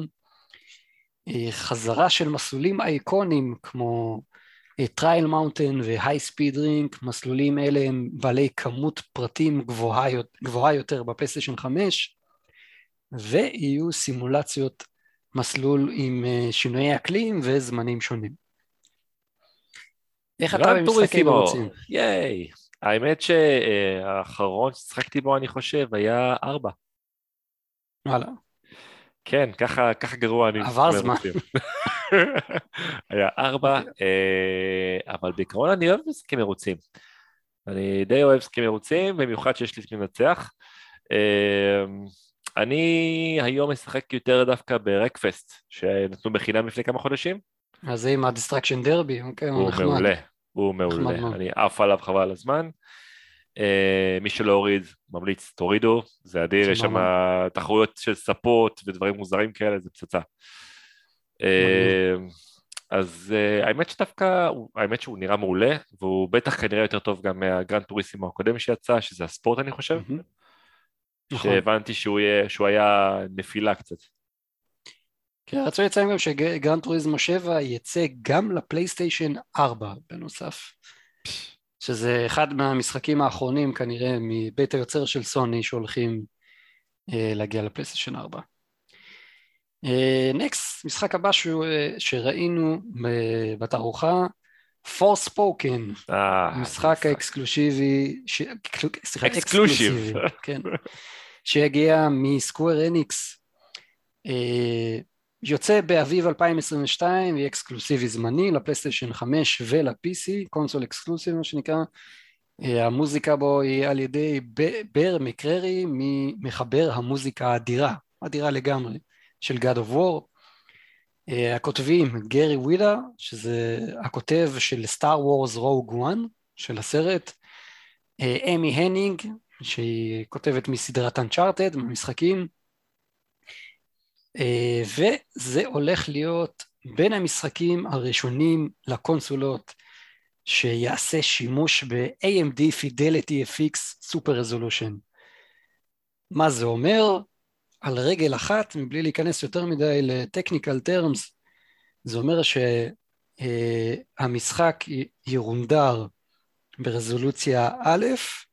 חזרה של מסלולים אייקונים כמו טרייל מאונטן והי ספיד רינק, מסלולים אלה הם בעלי כמות פרטים גבוהה, גבוהה יותר בפלייסטיישן חמש, ויהיו סימולציות מסלול עם שינויי אקלים וזמנים שונים. איך אתה במשחקי מרוצים? ייי, האמת שהאחרון ששחקתי בו אני חושב היה ארבע. וואלה. כן, ככה, ככה גרוע אני עבר זמן. היה ארבע, אבל בעיקרון אני אוהב משחקים מרוצים. אני די אוהב משחקים מרוצים, במיוחד שיש לי את מנצח. אני היום משחק יותר דווקא ברקפסט, שנתנו בחינם לפני כמה חודשים. אז זה עם הדיסטרקשן דרבי, אוקיי? הוא מעולה, הוא מעולה. אני עף עליו חבל על הזמן. מי שלא הוריד, ממליץ, תורידו, זה אדיר, יש שם תחרויות של ספות ודברים מוזרים כאלה, זה פצצה. אז האמת שדווקא, האמת שהוא נראה מעולה, והוא בטח כנראה יותר טוב גם מהגרנד טוריסימו הקודם שיצא, שזה הספורט אני חושב, שהבנתי שהוא היה נפילה קצת. כן, רצו לציין גם שגרנד טוריזמו שבע יצא גם לפלייסטיישן ארבע בנוסף, שזה אחד מהמשחקים האחרונים כנראה מבית היוצר של סוני שהולכים להגיע לפלייסטיישן ארבע. נקסט, משחק הבא שראינו בתערוכה, Forspoken, משחק האקסקלוסיבי, סליחה, אקסקלוסיבי, כן, שיגיע מסקוואר אניקס, יוצא באביב אלפיים עשרים ושתיים, ויהיה אקסקלוסיבי זמני לפלייסטיישן חמש ול-פי סי, קונסול אקסקלוסיבי מה שנקרא, המוזיקה בו היא על ידי בר מקררי, מחבר המוזיקה האדירה, אדירה לגמרי, של God of War. הכותבים גרי ווידה, שזה הכותב של סטאר וורס רוג וואן, של הסרט, אמי הנינג, שהיא כותבת מסדרת אנצ'ארטד, מהמשחקים, וזה הולך להיות בין המשחקים הראשונים לקונסולות, שיעשה שימוש ב-איי אם די Fidelity אף אקס Super Resolution. מה זה אומר? על רגל אחת, מבלי להיכנס יותר מדי ל-technical terms, זה אומר שהמשחק ירונדר ברזולוציה א',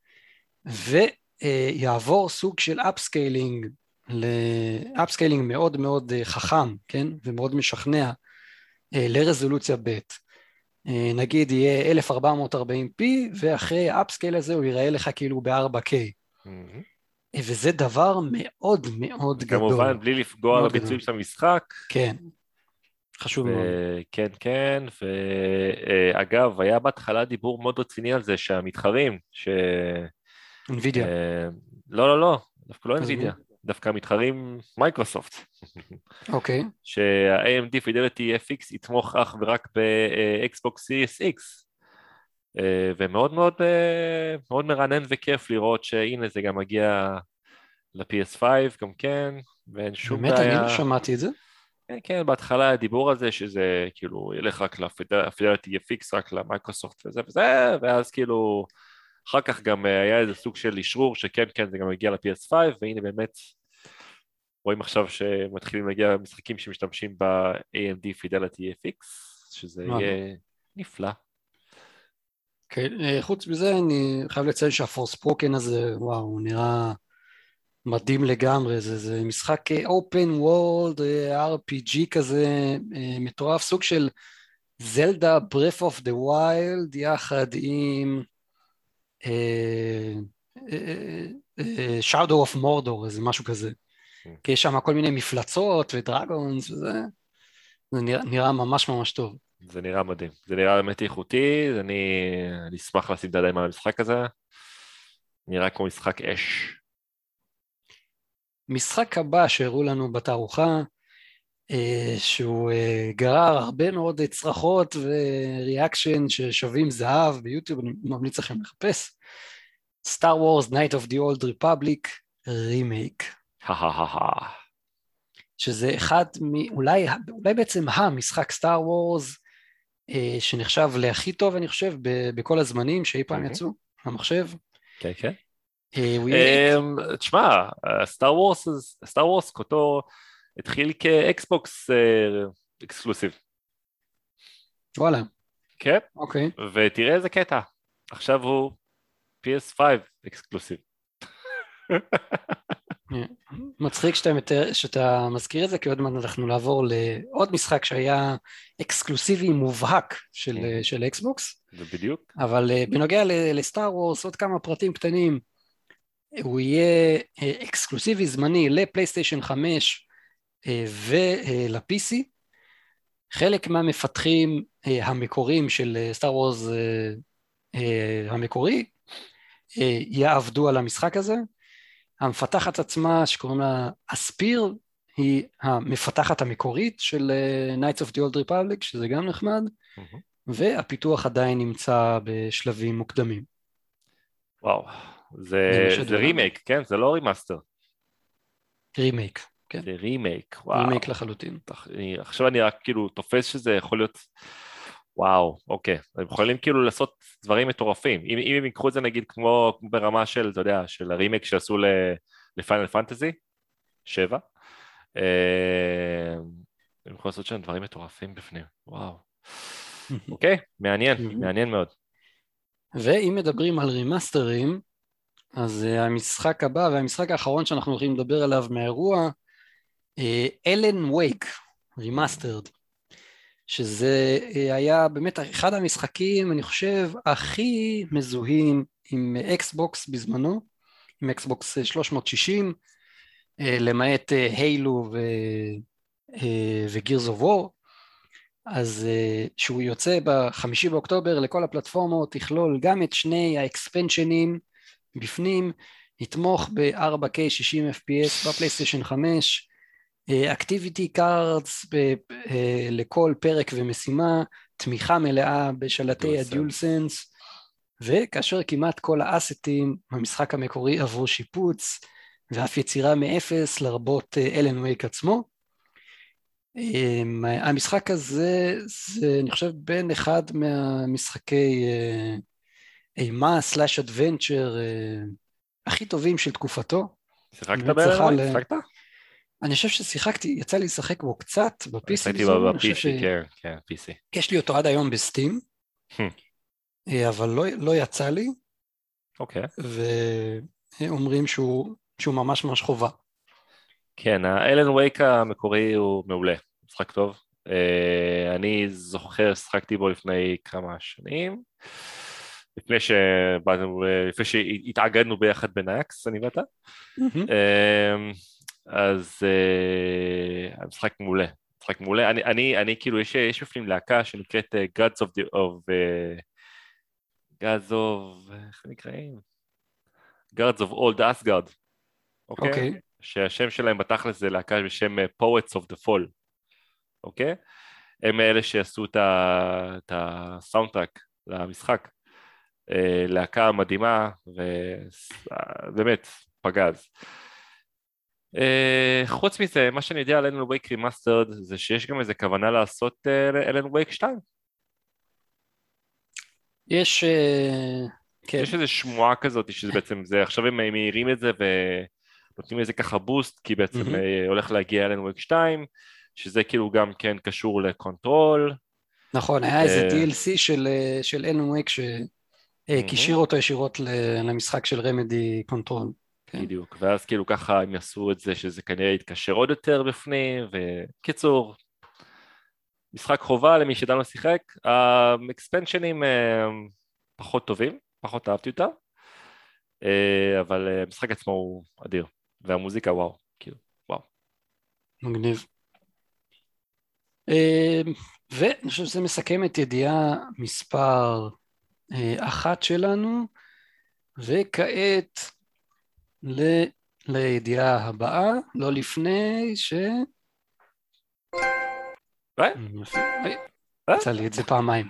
ויעבור סוג של אפסקיילינג, לאפסקיילינג מאוד מאוד חכם, כן? ומאוד משכנע לרזולוציה ב'. נגיד יהיה אלף ארבע מאות וארבעים פי, ואחרי האפסקייל הזה הוא ייראה לך כאילו ב-ארבע קיי. וזה דבר מאוד מאוד גדול. כמובן, בלי לפגוע בביצועים של המשחק. כן, חשוב מאוד. כן, כן, ואגב, היה בהתחלה דיבור מאוד רציני על זה, שהמתחרים, ש... NVIDIA. לא, לא, לא, דווקא לא NVIDIA, דווקא המתחרים מייקרוסופט. אוקיי. שה-איי אם די Fidelity אף אקס יתמוך אך ורק ב-Xbox Series X. ומאוד מאוד מאוד מרענן וכיף לראות שהנה זה גם מגיע ל-פי אס פייב גם כן, ואין שום בעיה. באמת, אני לא שמעתי את זה. כן, כן, בהתחלה הדיבור הזה שזה כאילו ילך רק ל-Fidelity אף אקס, רק למייקרוסופט וזה וזה, ואז כאילו אחר כך גם היה איזה סוג של אישרור שכן, כן, זה גם מגיע ל-פי אס פייב, והנה באמת רואים עכשיו שמתחילים להגיע משחקים שמשתמשים ב-איי אם די Fidelity אף אקס, שזה יהיה נפלא. כן, חוץ מזה אני חייב לציין שהפורספוקן הזה, וואו, הוא נראה מדהים לגמרי, זה, זה משחק open world, אר פי ג'י כזה, מטורף, סוג של זלדה Breath of the Wild, יחד עם Shadow of Mordor, איזה משהו כזה, כי יש שם כל מיני מפלצות ודרגונס וזה, זה נראה, נראה ממש ממש טוב. זה נראה מדהים, זה נראה באמת איכותי, אני, אני אשמח לשים את הידיים על המשחק הזה, נראה כמו משחק אש. משחק הבא שהראו לנו בתערוכה, שהוא גרר הרבה מאוד צרחות וריאקשן ששווים זהב ביוטיוב, אני ממליץ לכם לחפש, Star Wars Knights of the Old Republic Remake. שזה אחד, מ, אולי, אולי בעצם המשחק סטאר וורס, שנחשב להכי טוב, אני חושב, בכל הזמנים שאי פעם יצאו, המחשב. כן, כן. תשמע, סטאר וורס, סטאר וורס קוטור התחיל כאקסבוקס אקסקלוסיב. וואלה. כן. אוקיי. ותראה איזה קטע, עכשיו הוא פי אס פייב אקסקלוסיב. מצחיק שאתה, שאתה מזכיר את זה, כי עוד מעט אנחנו לעבור לעוד משחק שהיה אקסקלוסיבי מובהק של, של אקסבוקס. זה בדיוק. אבל בנוגע לסטאר וורס, עוד כמה פרטים קטנים, הוא יהיה אקסקלוסיבי זמני לפלייסטיישן חמש ול-פי סי. חלק מהמפתחים המקוריים של סטאר וורס המקורי יעבדו על המשחק הזה. המפתחת עצמה שקוראים לה אספיר, היא המפתחת המקורית של Knights of the Old Republic, שזה גם נחמד, mm-hmm. והפיתוח עדיין נמצא בשלבים מוקדמים. וואו, זה, זה רימייק, כן? זה לא רימאסטר. רימייק, כן. זה רימייק, וואו. רימייק לחלוטין. עכשיו אני רק כאילו תופס שזה יכול להיות, וואו, אוקיי. הם יכולים כאילו לעשות דברים מטורפים. אם, אם הם יקחו את זה נגיד כמו ברמה של, אתה יודע, של הרימייק שעשו לפיינל פנטזי, שבע, הם יכולים לעשות שם דברים מטורפים בפנים, וואו. אוקיי, מעניין, מעניין מאוד. ואם מדברים על רימאסטרים, אז המשחק הבא והמשחק האחרון שאנחנו הולכים לדבר עליו מהאירוע, אלן וייק, רימאסטרד, שזה היה באמת אחד המשחקים, אני חושב, הכי מזוהים עם אקסבוקס בזמנו, עם אקסבוקס שלוש מאות שישים, למעט הילו וגירס אוף וור, אז שהוא יוצא בחמישי באוקטובר לכל הפלטפורמות, יכלול גם את שני האקספנשנים בפנים, יתמוך ב-פור קיי שישים אף פי אס בפלייסטיישן חמש, אקטיביטי קארדס לכל פרק ומשימה, תמיכה מלאה בשלטי הדיול סנס, וכאשר כמעט כל האסטים במשחק המקורי עברו שיפוץ, ואף יצירה מאפס לרבות אלן וייק עצמו. המשחק הזה, זה אני חושב בין אחד מהמשחקי אימה סלאש אדוונצ'ר הכי טובים של תקופתו. שיחקת באלן וייק? שיחקת? אני חושב ששיחקתי, יצא לי לשחק בו קצת ב-פי סי. שיחקתי ב-פי סי, כן, כן, פי סי. יש לי אותו עד היום בסטים, אבל לא, לא יצא לי. אוקיי. ואומרים שהוא, שהוא ממש ממש חובה. כן, האלן וייק המקורי הוא מעולה, משחק טוב. אני זוכר, שחקתי בו לפני כמה שנים, לפני שבאנו, לפני שהתאגדנו ביחד בנאקס, אני ואתה. אז המשחק מעולה, משחק מעולה. אני, אני, אני כאילו, יש, יש בפנים להקה שנקראת Gods of the, of, Gods of, איך נקראים? Gods of Old Asgard, אוקיי? שהשם שלהם בתכלס זה להקה בשם Poets of the Fall, אוקיי? הם אלה שעשו את הסאונדטרק למשחק, להקה מדהימה, ובאמת, פגז. חוץ מזה, מה שאני יודע על אלן וייק רימאסטרד, זה שיש גם איזה כוונה לעשות אלן וייק שתיים. יש... יש איזו שמועה כזאת, שזה בעצם זה, עכשיו הם מהירים את זה ונותנים איזה ככה בוסט, כי בעצם הולך להגיע אלן וייק שתיים, שזה כאילו גם כן קשור לקונטרול. נכון, היה איזה די אל סי של אלן וייק שקישיר אותו ישירות למשחק של רמדי קונטרול. בדיוק, ואז כאילו ככה הם יעשו את זה, שזה כנראה יתקשר עוד יותר בפנים, וקיצור, משחק חובה למי שדן לא שיחק, האקספנשנים פחות טובים, פחות אהבתי אותם, אבל המשחק עצמו הוא אדיר, והמוזיקה וואו, כאילו, וואו. מגניב. ואני חושב שזה מסכם את ידיעה מספר אחת שלנו, וכעת ל... לידיעה הבאה, לא לפני ש... יצא לי את זה פעמיים.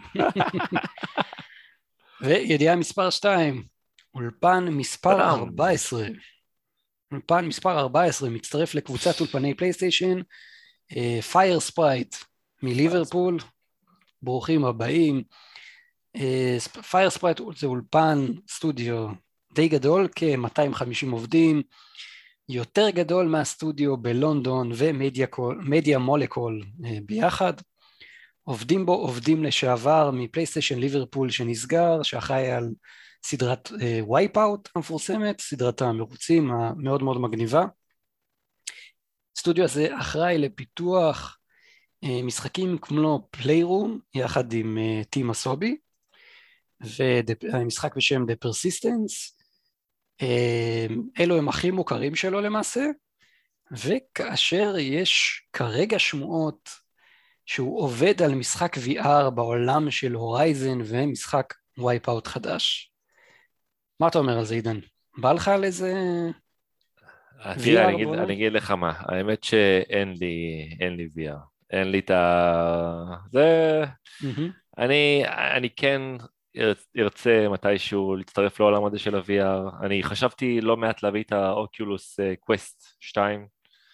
וידיעה מספר שתיים, אולפן מספר ארבע עשרה. אולפן מספר ארבע עשרה מצטרף לקבוצת אולפני פלייסטיישן, פייר ספרייט מליברפול, ברוכים הבאים. פייר ספרייט זה אולפן סטודיו די גדול, כ-מאתיים וחמישים עובדים, יותר גדול מהסטודיו בלונדון ומדיה מולקול ביחד. עובדים בו עובדים לשעבר מפלייסטיישן ליברפול שנסגר, שאחראי על סדרת וייפ אאוט המפורסמת, סדרת המרוצים המאוד מאוד מגניבה. הסטודיו הזה אחראי לפיתוח משחקים כמו פליירום, יחד עם טים אסובי, והמשחק בשם The Persistence. אלו הם הכי מוכרים שלו למעשה, וכאשר יש כרגע שמועות שהוא עובד על משחק וי אר בעולם של הורייזן ומשחק וייפ-אוט חדש. מה אתה אומר על זה, עידן? בא לך על איזה וי אר? אני אגיד לך מה, האמת שאין לי, אין לי וי אר, אין לי את ה... זה... אני, אני כן... ירצה מתישהו להצטרף לעולם הזה של ה-וי אר. אני חשבתי לא מעט להביא את האוקולוס קווסט שתיים,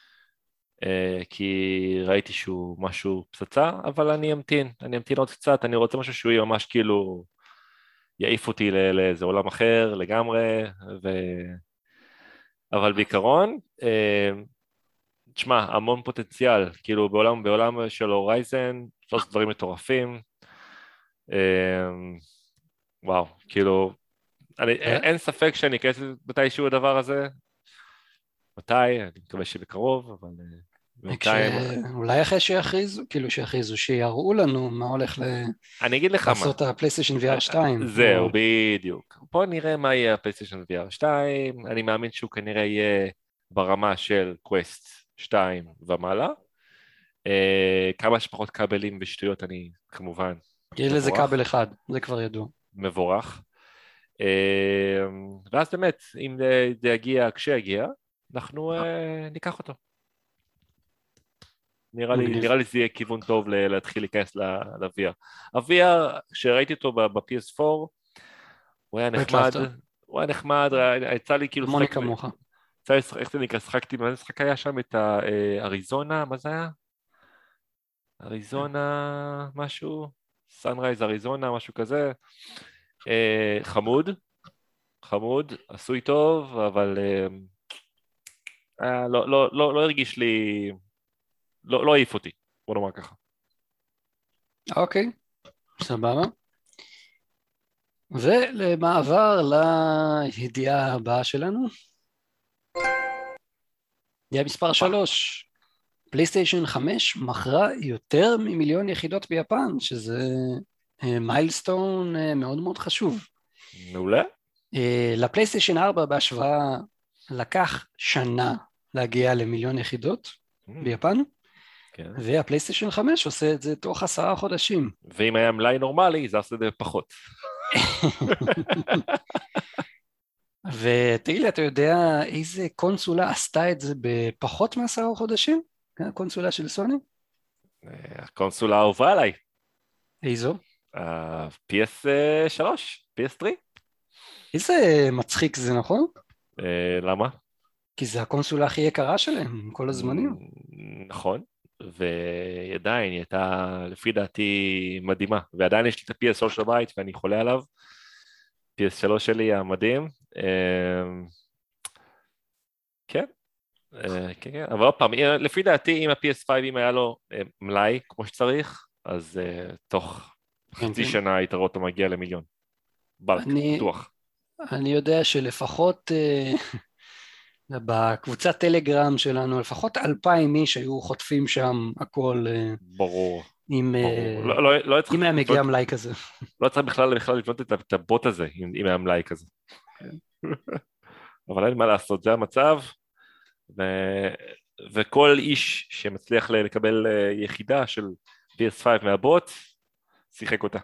כי ראיתי שהוא משהו פצצה, אבל אני אמתין, אני אמתין עוד קצת, אני רוצה משהו שהוא יהיה ממש כאילו יעיף אותי לאיזה עולם אחר לגמרי, ו... אבל בעיקרון, תשמע, המון פוטנציאל, כאילו בעולם, בעולם של הורייזן, שלוש דברים מטורפים, וואו, כאילו, אני, אין ספק שאני אכנס מתישהו הדבר הזה, מתי, אני מקווה שבקרוב, אבל בינתיים... אולי אחרי שיכריזו, כאילו שיכריזו, שיראו לנו מה הולך לעשות הפלייסטיישן וי אר שתיים. זהו, בדיוק. בוא נראה מה יהיה הפלייסטיישן וי אר שתיים, אני מאמין שהוא כנראה יהיה ברמה של קווסט שתיים ומעלה, כמה שפחות כבלים ושטויות אני כמובן יהיה לזה כבל אחד, זה כבר ידוע. מבורך. ואז באמת, אם זה יגיע כשיגיע, אנחנו ניקח אותו. נראה לי, נראה לי זה יהיה כיוון טוב להתחיל להיכנס ל-וי אר. ה-וי אר, כשראיתי אותו ב-פי אס פור, הוא היה נחמד, הוא היה נחמד, יצא לי כאילו... מוני כמוך. איך זה נקרא? שחקתי, מה זה שחק היה שם? את האריזונה, מה זה היה? אריזונה, משהו? סנרייז אריזונה, משהו כזה. חמוד, חמוד, עשוי טוב, אבל לא הרגיש לי... לא העיף אותי, בוא נאמר ככה. אוקיי, סבבה. ולמעבר לידיעה הבאה שלנו. ידיעה מספר שלוש. פלייסטיישן חמש מכרה יותר ממיליון יחידות ביפן, שזה מיילסטון מאוד מאוד חשוב. מעולה. לפלייסטיישן ארבע בהשוואה לקח שנה להגיע למיליון יחידות ביפן. כן. והפלייסטיישן חמש עושה את זה תוך עשרה חודשים. ואם היה מלאי נורמלי, זה עושה את זה פחות. ותהילה, אתה יודע איזה קונסולה עשתה את זה בפחות מעשרה חודשים? הקונסולה של סוני? הקונסולה האהובה עליי. איזו? פי אס שלוש, פי אס שלוש. איזה מצחיק זה, נכון? למה? כי זה הקונסולה הכי יקרה שלהם, כל הזמנים. נכון. ועדיין היא הייתה לפי דעתי מדהימה, ועדיין יש לי את ה-פי אס שלוש בבית ואני חולה עליו, פי אס שלוש שלי המדהים, כן, כן, כן, אבל עוד פעם, לפי דעתי אם ה-פי אס חמש אם היה לו מלאי כמו שצריך, אז תוך חצי שנה היית רואה אותו מגיע למיליון, בלק, בטוח. אני יודע שלפחות... בקבוצת טלגרם שלנו, לפחות אלפיים איש היו חוטפים שם הכל. ברור. אם היה מגיע מלאי כזה. לא צריך בכלל לבנות את הבוט הזה, אם היה מלאי כזה. אבל אין מה לעשות, זה המצב, וכל איש שמצליח לקבל יחידה של פי אס חמש מהבוט, שיחק אותה.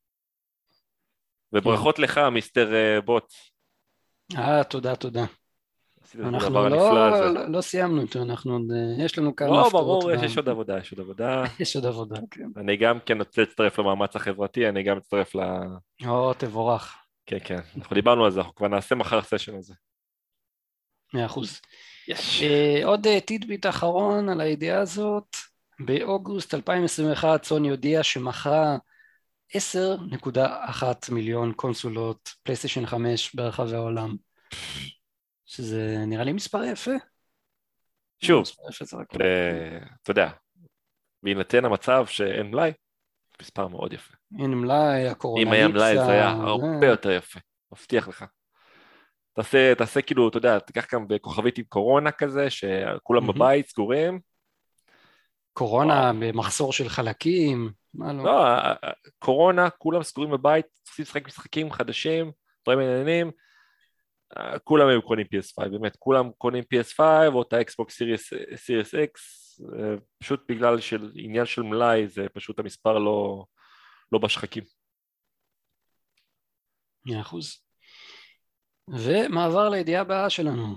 וברכות לך, מיסטר בוט. אה, תודה, תודה. אנחנו לא, לא, לא סיימנו אותו, אנחנו, יש לנו כמה לא, ברור, יש, יש עוד עבודה, יש עוד עבודה. יש עוד עבודה, כן. אני גם כן רוצה להצטרף למאמץ החברתי, אני גם אצטרף ל... או, תבורך. כן, כן, אנחנו דיברנו על זה, אנחנו כבר נעשה מחר סשן הזה. מאה אחוז. יש. עוד טידביט אחרון על הידיעה הזאת, באוגוסט אלפיים עשרים ואחת סוני הודיעה שמכרה עשר נקודה אחת מיליון קונסולות פלייסטיישן חמש ברחבי העולם. שזה נראה לי מספר יפה. שוב, אתה יודע, בהינתן המצב שאין מלאי, מספר מאוד יפה. אין מלאי, הקורונה. אם היה מלאי זה היה הרבה יותר יפה, מבטיח לך. תעשה, תעשה כאילו, אתה יודע, תיקח גם בכוכבית עם קורונה כזה, שכולם בבית סגורים. קורונה במחסור של חלקים, מה לא? לא, קורונה, כולם סגורים בבית, צריכים לשחק משחקים חדשים, דברים עניינים, כולם היו קונים פי אס חמש, באמת, כולם קונים פי אס חמש או את האקסבוקס סיריס אקס, פשוט בגלל של עניין של מלאי, זה פשוט המספר לא, לא בשחקים. מאה אחוז. ומעבר לידיעה הבאה שלנו.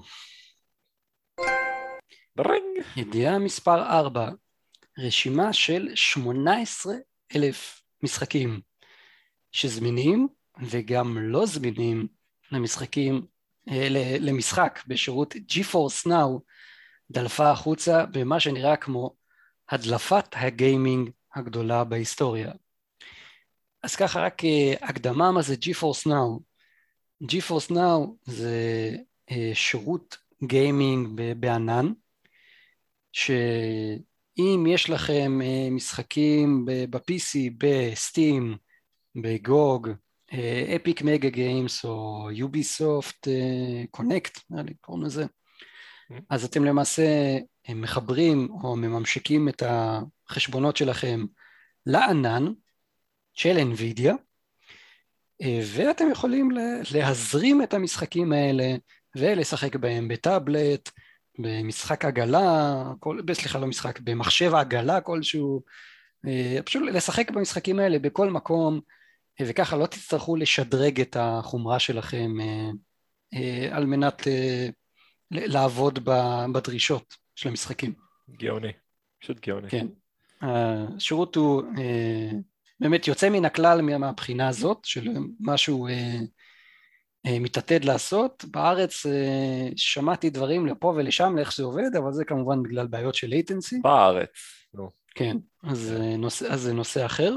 ברינג. ידיעה מספר ארבע, רשימה של שמונה עשרה אלף משחקים שזמינים וגם לא זמינים למשחקים, למשחק בשירות ג'י-פורס נאו, דלפה החוצה במה שנראה כמו הדלפת הגיימינג הגדולה בהיסטוריה. אז ככה רק הקדמה מה זה ג'י-פורס נאו. ג'י-פורס נאו זה שירות גיימינג בענן, שאם יש לכם משחקים ב-פי סי, בסטים, בגוג, אפיק מגה גיימס או יוביסופט קונקט, קוראים לזה, אז אתם למעשה מחברים או מממשקים את החשבונות שלכם לענן של NVIDIA, ואתם יכולים להזרים את המשחקים האלה ולשחק בהם בטאבלט, במשחק עגלה, כל, סליחה לא משחק, במחשב עגלה כלשהו, פשוט לשחק במשחקים האלה בכל מקום, וככה לא תצטרכו לשדרג את החומרה שלכם על מנת לעבוד בדרישות של המשחקים. גאוני, פשוט גאוני. כן, השירות הוא באמת יוצא מן הכלל מהבחינה הזאת, של משהו מתעתד לעשות. בארץ שמעתי דברים לפה ולשם לאיך זה עובד, אבל זה כמובן בגלל בעיות של latency. בארץ, נו. כן, אז נושא, אז זה נושא אחר.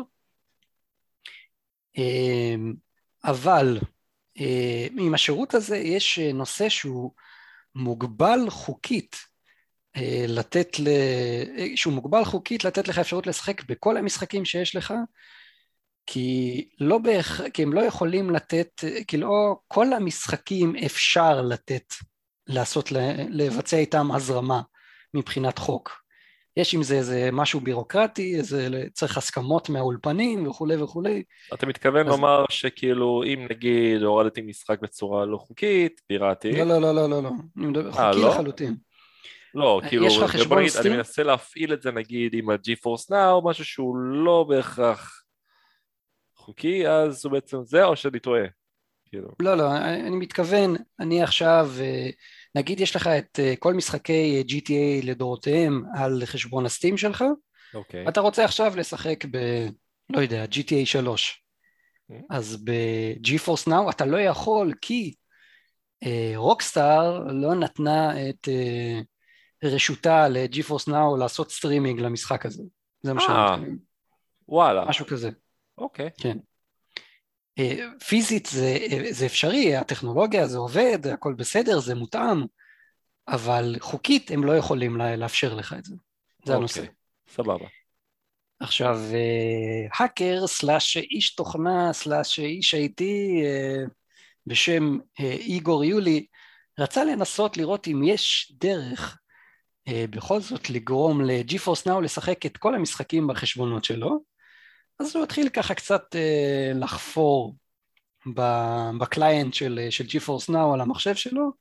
אבל עם השירות הזה יש נושא שהוא מוגבל חוקית לתת, שהוא מוגבל חוקית לתת לך אפשרות לשחק בכל המשחקים שיש לך, כי לא בהכ... כי הם לא יכולים לתת, כי לא כל המשחקים אפשר לתת, לעשות, לבצע איתם הזרמה מבחינת חוק. יש עם זה איזה משהו בירוקרטי, איזה צריך הסכמות מהאולפנים וכולי וכולי. אתה מתכוון אז... לומר שכאילו אם נגיד הורדתי משחק בצורה לא חוקית, פיראטית? לא, לא, לא, לא, לא, לא. אני מדבר חוקי לא? לחלוטין. לא, כאילו, יש לך חשבון נגיד, סטים? אני מנסה להפעיל את זה נגיד עם ה-GeForce Now, משהו שהוא לא בהכרח חוקי, אז הוא בעצם זה או שאני טועה? כאילו. לא, לא, אני מתכוון, אני עכשיו, נגיד יש לך את כל משחקי ג'י טי איי לדורותיהם על חשבון הסטים שלך, אוקיי. אתה רוצה עכשיו לשחק ב, לא יודע, ג'י טי איי שלוש, אז ב-GeForce Now אתה לא יכול, כי רוקסטאר לא נתנה את רשותה ל-GeForce Now לעשות סטרימינג למשחק הזה. זה מה שאני מתכוון. וואלה. משהו כזה. אוקיי. כן. פיזית זה, זה אפשרי, הטכנולוגיה זה עובד, הכל בסדר, זה מותאם, אבל חוקית הם לא יכולים לאפשר לך את זה. זה הנושא. סבבה. עכשיו, האקר סלאש איש תוכנה סלאש איש איי טי בשם איגור יולי, רצה לנסות לראות אם יש דרך בכל זאת לגרום ל-GeForce Now לשחק את כל המשחקים בחשבונות שלו, אז הוא התחיל ככה קצת לחפור בקליינט של, של GeForce Now על המחשב שלו,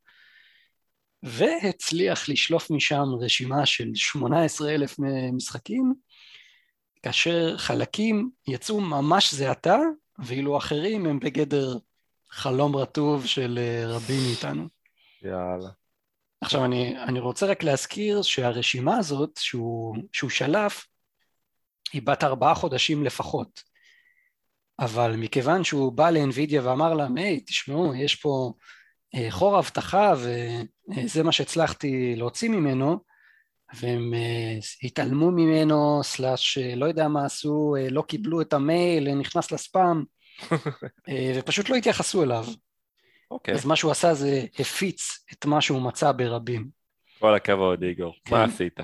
והצליח לשלוף משם רשימה של שמונה עשרה אלף משחקים, כאשר חלקים יצאו ממש זה עתה, ואילו אחרים הם בגדר חלום רטוב של רבים מאיתנו. יאללה. עכשיו אני, אני רוצה רק להזכיר שהרשימה הזאת שהוא, שהוא שלף, היא בת ארבעה חודשים לפחות, אבל מכיוון שהוא בא לאנווידיה ואמר להם, היי, תשמעו, יש פה חור הבטחה וזה מה שהצלחתי להוציא ממנו, והם התעלמו ממנו, סלאש לא יודע מה עשו, לא קיבלו את המייל, נכנס לספאם, ופשוט לא התייחסו אליו. אוקיי. אז מה שהוא עשה זה הפיץ את מה שהוא מצא ברבים. כל הכבוד, איגור. כן. מה עשית?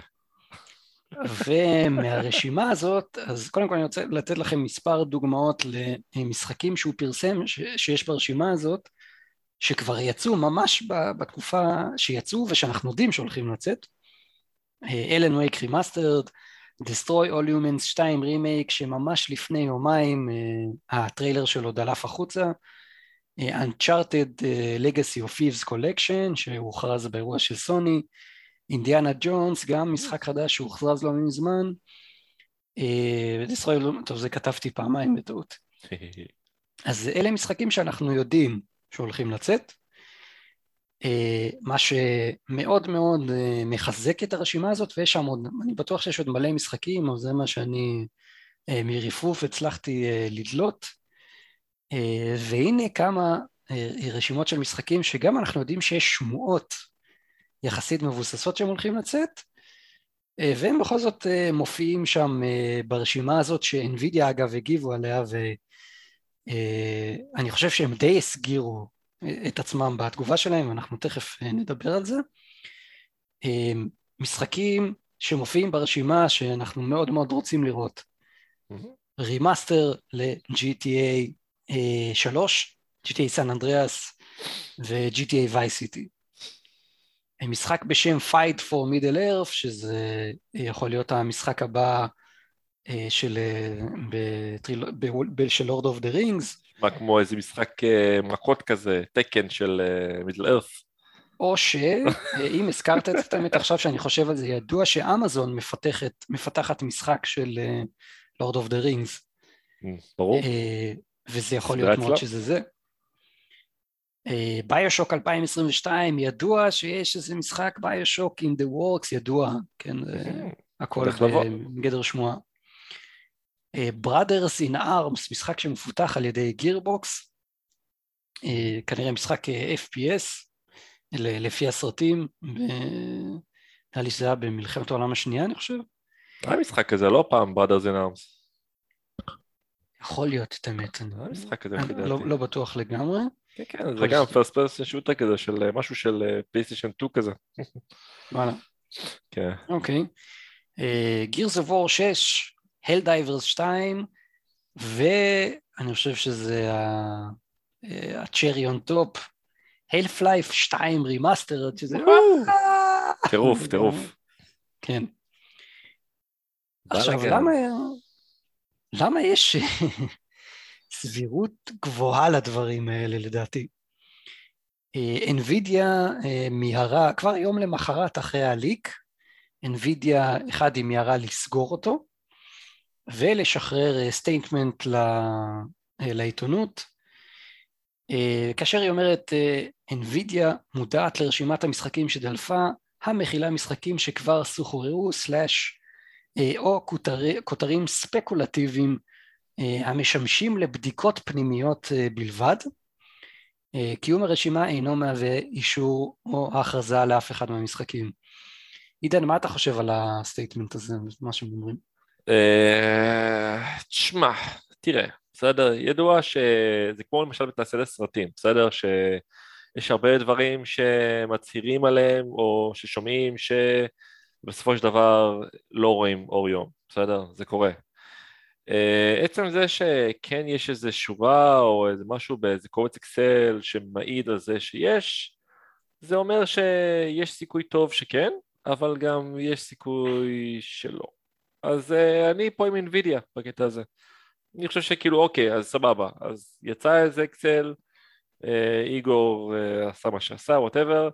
ומהרשימה הזאת, אז קודם כל אני רוצה לתת לכם מספר דוגמאות למשחקים שהוא פרסם, ש- שיש ברשימה הזאת, שכבר יצאו ממש בתקופה שיצאו, ושאנחנו יודעים שהולכים לצאת. אלן וייק רימאסטרד, Destroy All Humans שתיים רימייק, שממש לפני יומיים הטריילר שלו דלף החוצה, Uncharted Legacy of Thieves Collection, שהוכרז באירוע של סוני, אינדיאנה ג'ונס, גם משחק חדש שהוכרז לא מזמן, Destroy, טוב זה כתבתי פעמיים בטעות. אז אלה משחקים שאנחנו יודעים שהולכים לצאת, מה שמאוד מאוד מחזק את הרשימה הזאת, ויש שם עוד, אני בטוח שיש עוד מלא משחקים, אבל זה מה שאני מריפוף הצלחתי לדלות, והנה כמה רשימות של משחקים שגם אנחנו יודעים שיש שמועות יחסית מבוססות שהם הולכים לצאת, והם בכל זאת מופיעים שם ברשימה הזאת שאנווידיה אגב הגיבו עליה, ואני חושב שהם די הסגירו את עצמם בתגובה שלהם, ואנחנו תכף נדבר על זה. משחקים שמופיעים ברשימה שאנחנו מאוד מאוד רוצים לראות. רימאסטר ל-ג'י טי איי שלוש, ג'י טי איי סן אנדריאס ו-ג'י טי איי Vice City. משחק בשם Fight for Middle Earth, שזה יכול להיות המשחק הבא של, של Lord of the Rings. מה כמו איזה משחק מכות כזה, תקן של מידל ארת'. או שאם הזכרת את האמת עכשיו שאני חושב על זה, ידוע שאמזון מפתחת, מפתחת משחק של לורד אוף דה רינגס. ברור. וזה יכול להיות מאוד שזה זה. ביושוק אלפיים עשרים ושתיים, ידוע שיש איזה משחק ביושוק in the works, ידוע, כן, הכל בגדר שמועה. Brothers in Arms, משחק שמפותח על ידי גירבוקס, כנראה משחק אף פי אס, לפי הסרטים, נראה לי שזה היה במלחמת העולם השנייה, אני חושב. היה משחק כזה, לא פעם, Brothers in Arms. יכול להיות, את האמת. משחק כזה, לא בטוח לגמרי. כן, כן, זה גם first person shooter כזה, של משהו של פלייסטיישן שתיים כזה. וואלה. כן. אוקיי. Gears of War שש, Helldivers שתיים, ואני חושב שזה ה-cherry on top, Half-Life שתיים remastered, שזה... טירוף, טירוף. כן. עכשיו, למה... למה יש סבירות גבוהה לדברים האלה, לדעתי? NVIDIA מיהרה, כבר יום למחרת אחרי הליק, NVIDIA, אחד, היא מיהרה לסגור אותו, ולשחרר סטייטמנט לעיתונות, כאשר היא אומרת, NVIDIA מודעת לרשימת המשחקים שדלפה, המכילה משחקים שכבר סוחררו, סלאש, או כותרי, כותרים ספקולטיביים המשמשים לבדיקות פנימיות בלבד. קיום הרשימה אינו מהווה אישור או הכרזה לאף אחד מהמשחקים. עידן, מה אתה חושב על הסטייטמנט הזה, מה שהם אומרים? תשמע, תראה, בסדר, ידוע שזה כמו למשל בתעשיית הסרטים, בסדר, שיש הרבה דברים שמצהירים עליהם או ששומעים ש... בסופו של דבר לא רואים אור יום, בסדר? זה קורה. עצם זה שכן יש איזו שורה או איזה משהו באיזה קובץ אקסל שמעיד על זה שיש, זה אומר שיש סיכוי טוב שכן, אבל גם יש סיכוי שלא. אז אני פה עם NVIDIA בקטע הזה. אני חושב שכאילו אוקיי, אז סבבה, אז יצא איזה אקסל, איגור עשה מה שעשה, whatever,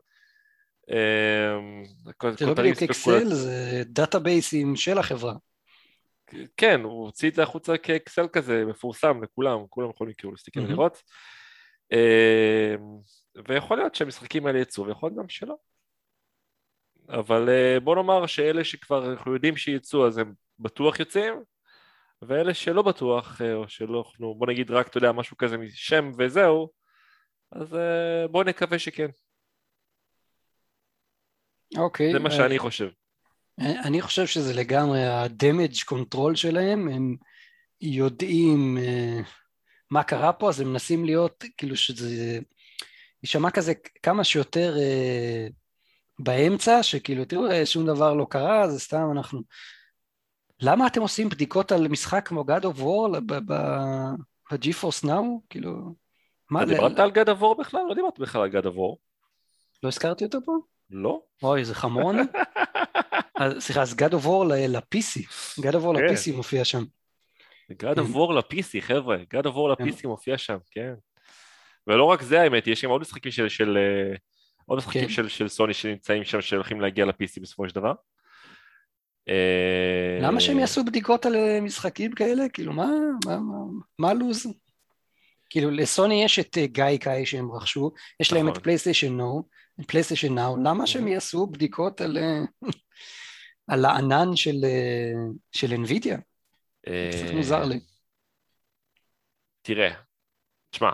זה לא בדיוק אקסל, זה דאטאבייסים של החברה. כן, הוא הוציא את זה החוצה כאקסל כזה, מפורסם לכולם, כולם יכולים כאילו להסתכל ולראות, ויכול להיות שהמשחקים האלה יצאו, ויכול להיות גם שלא. אבל בוא נאמר שאלה שכבר אנחנו יודעים שיצאו, אז הם בטוח יוצאים, ואלה שלא בטוח, או שלא, בוא נגיד רק, אתה יודע, משהו כזה משם וזהו, אז בוא נקווה שכן. אוקיי. זה מה שאני חושב. אני חושב שזה לגמרי ה-damage control שלהם, הם יודעים מה קרה פה, אז הם מנסים להיות, כאילו שזה, יישמע כזה כמה שיותר באמצע, שכאילו תראו, שום דבר לא קרה, זה סתם אנחנו... למה אתם עושים בדיקות על משחק כמו God of War ב-GeForce Now? כאילו... אתה דיברת על God of War בכלל? לא דיברת בכלל על God of War. לא הזכרתי אותו פה? לא. אוי, זה חמור אני? סליחה, אז God of War ל-פי סי. God of War ל-פי סי מופיע שם. God of War ל-פי סי, חבר'ה. God of War ל-פי סי מופיע שם, כן. ולא רק זה, האמת, יש שם עוד משחקים של... עוד משחקים של סוני שנמצאים שם, שהולכים להגיע ל-פי סי בסופו של דבר. למה שהם יעשו בדיקות על משחקים כאלה? כאילו, מה, מה, מה הלוז? כאילו, לסוני יש את גאי קאי שהם רכשו, יש להם את פלייסטיישן נו, פלייסטיישן נאו, למה שהם יעשו בדיקות על, על הענן של, של NVIDIA? זה מוזר לי. תראה, תשמע,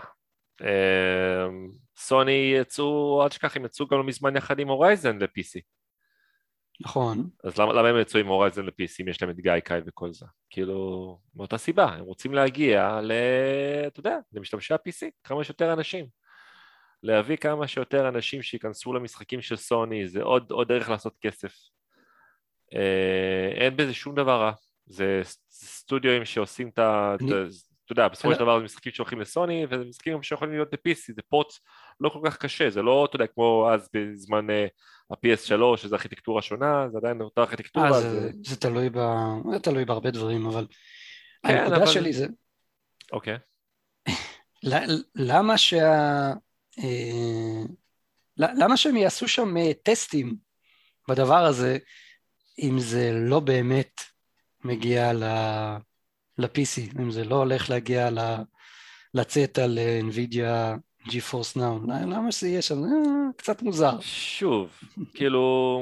סוני יצאו, עד שכך הם יצאו גם לא מזמן יחד עם הורייזן ל-פי סי. נכון. אז למה, למה הם יצאו עם הורייזן ל-פי סי אם יש להם את גיא קאי וכל זה? כאילו, מאותה סיבה, הם רוצים להגיע ל... אתה יודע, למשתמשי ה-פי סי, כמה שיותר אנשים. להביא כמה שיותר אנשים שיכנסו למשחקים של סוני, זה עוד, עוד דרך לעשות כסף. אה, אין בזה שום דבר רע. זה סטודיואים שעושים את ה... אני... אתה יודע, בסופו של דבר זה משחקים שהולכים לסוני, וזה משחקים שיכולים להיות ל-פי סי, זה פורט לא כל כך קשה, זה לא, אתה יודע, כמו אז בזמן ה-פי אס שלוש, שזה ארכיטקטורה שונה, זה עדיין אותה ארכיטקטורה. אה, זה, זה, תלוי ב... זה תלוי בהרבה דברים, אבל כן, הנקודה אבל... שלי זה... אוקיי. למה שה... למה שהם יעשו שם טסטים בדבר הזה, אם זה לא באמת מגיע ל-פי סי, אם זה לא הולך להגיע לצאת על NVIDIA GeForce Now, למה שזה יהיה שם? קצת מוזר. שוב, כאילו,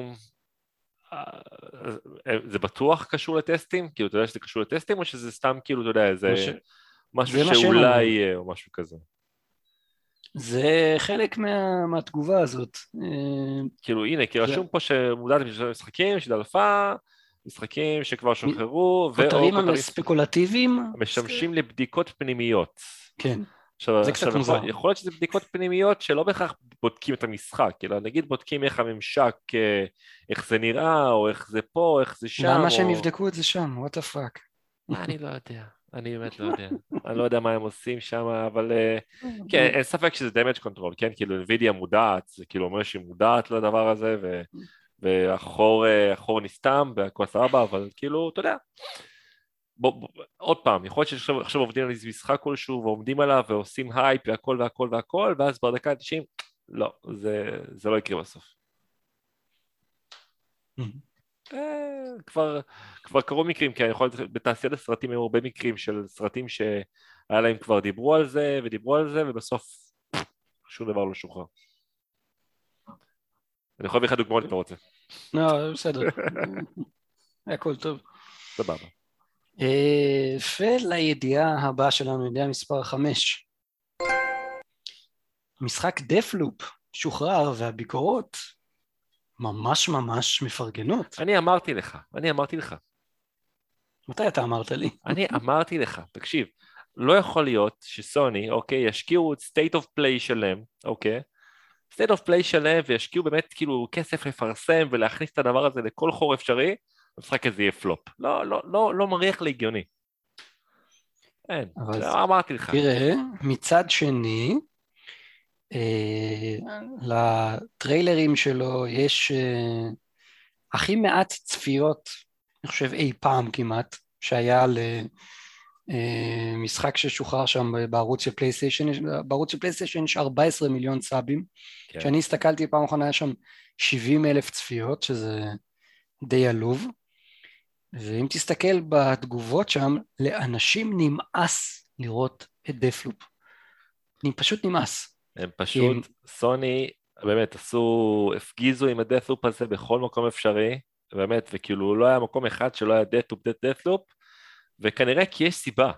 זה בטוח קשור לטסטים? כאילו, אתה יודע שזה קשור לטסטים, או שזה סתם, כאילו, אתה יודע, זה משהו שאולי יהיה, או משהו כזה? זה חלק מה, מהתגובה הזאת. כאילו, הנה, כי רשום פה שמודעת משחקים, שדלפה, משחקים שכבר שוחררו, כותרים הספקולטיביים. המשמשים לבדיקות פנימיות. כן, עכשיו, זה קצת עכשיו מוזר. יכול, יכול להיות שזה בדיקות פנימיות שלא בהכרח בודקים את המשחק, כאילו, נגיד בודקים איך הממשק, איך זה נראה, או איך זה פה, איך זה שם. למה או... שהם יבדקו את זה שם? What the fuck? אני לא יודע. אני באמת לא יודע, אני לא יודע מה הם עושים שם, אבל כן, אין ספק שזה damage control, כן, כאילו NVIDIA מודעת, זה כאילו אומר שהיא מודעת לדבר הזה, והחור נסתם, והכל סבבה, אבל כאילו, אתה יודע, עוד פעם, יכול להיות שעכשיו עובדים על איזה משחק כלשהו, ועומדים עליו, ועושים הייפ, והכל והכל והכל, ואז בדקה ה-תשעים, לא, זה לא יקרה בסוף. כבר, כבר קרו מקרים, כי אני יכול לדעת, בתעשיית הסרטים היו הרבה מקרים של סרטים שהיה להם כבר דיברו על זה, ודיברו על זה, ובסוף שום דבר לא שוחרר. אני יכול להביא לך דוגמאות אם אתה רוצה. לא, בסדר. הכל טוב. סבבה. ולידיעה הבאה שלנו, ידיעה מספר חמש. משחק דפלופ שוחרר, והביקורות ממש ממש מפרגנות. אני אמרתי לך, אני אמרתי לך. מתי אתה אמרת לי? אני אמרתי לך, תקשיב, לא יכול להיות שסוני, אוקיי, ישקיעו state of play שלם, אוקיי, state of play שלם וישקיעו באמת כאילו כסף לפרסם ולהכניס את הדבר הזה לכל חור אפשרי, המשחק הזה יהיה פלופ. לא, לא, לא, לא מריח להגיוני. אין, לא אמרתי לך. תראה, מצד שני, Uh, לטריילרים שלו יש uh, הכי מעט צפיות, אני חושב אי פעם כמעט, שהיה למשחק uh, ששוחרר שם בערוץ של פלייסטיישן. בערוץ של פלייסטיישן יש ארבעה עשר מיליון סאבים, כן. שאני הסתכלתי פעם אחרונה היה שם שבעים אלף צפיות, שזה די עלוב, ואם תסתכל בתגובות שם, לאנשים נמאס לראות את דפלופ, פשוט נמאס. הם פשוט, סוני, באמת, עשו, הפגיזו עם הדאטלופ הזה בכל מקום אפשרי, באמת, וכאילו לא היה מקום אחד שלא היה דאטלופ, דאטלופ, וכנראה כי יש סיבה.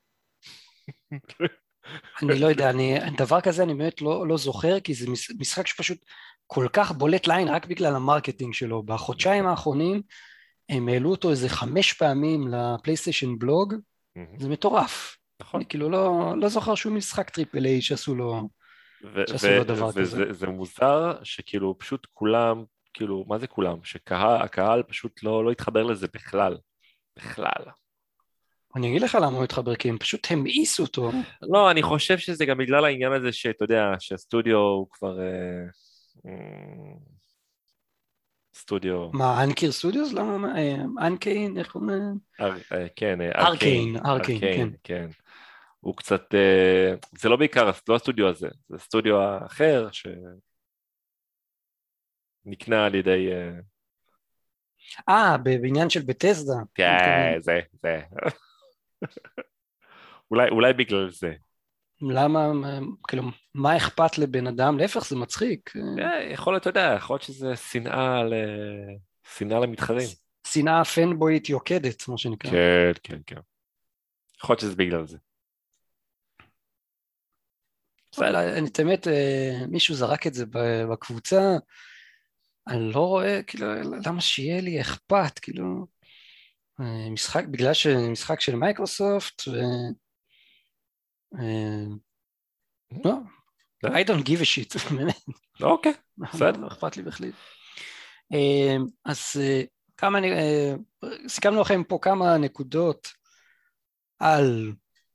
אני לא יודע, אני, דבר כזה אני באמת לא, לא זוכר, כי זה משחק שפשוט כל כך בולט ליין רק בגלל המרקטינג שלו. בחודשיים האחרונים, הם העלו אותו איזה חמש פעמים לפלייסטיישן בלוג, זה מטורף. נכון. אני כאילו לא, לא זוכר שום משחק טריפל איי שעשו לו... וזה מוזר שכאילו פשוט כולם, כאילו, מה זה כולם? שהקהל פשוט לא התחבר לזה בכלל, בכלל. אני אגיד לך למה הוא התחבר, כי הם פשוט המאיסו אותו. לא, אני חושב שזה גם בגלל העניין הזה שאתה יודע, שהסטודיו הוא כבר... סטודיו... מה, אנקיר סטודיוס? למה? אנקיין? איך אומרים? כן, ארקיין, ארקיין, כן. כן. הוא קצת, זה לא בעיקר, לא הסטודיו הזה, זה סטודיו האחר שנקנה על ידי... אה, בעניין של בטסדה. כן, זה, זה. אולי בגלל זה. למה, כאילו, מה אכפת לבן אדם? להפך, זה מצחיק. יכול להיות, אתה יודע, יכול להיות שזה שנאה שנאה למתחרים. שנאה פנבויית יוקדת, כמו שנקרא. כן, כן, כן. יכול להיות שזה בגלל זה. אני תמת, מישהו זרק את זה בקבוצה, אני לא רואה, כאילו, למה שיהיה לי אכפת, כאילו, משחק, בגלל שמשחק של מייקרוסופט, ו... לא, I don't give a shit, באמת. אוקיי, בסדר. לא אכפת לי בכלל. אז כמה, סיכמנו לכם פה כמה נקודות על...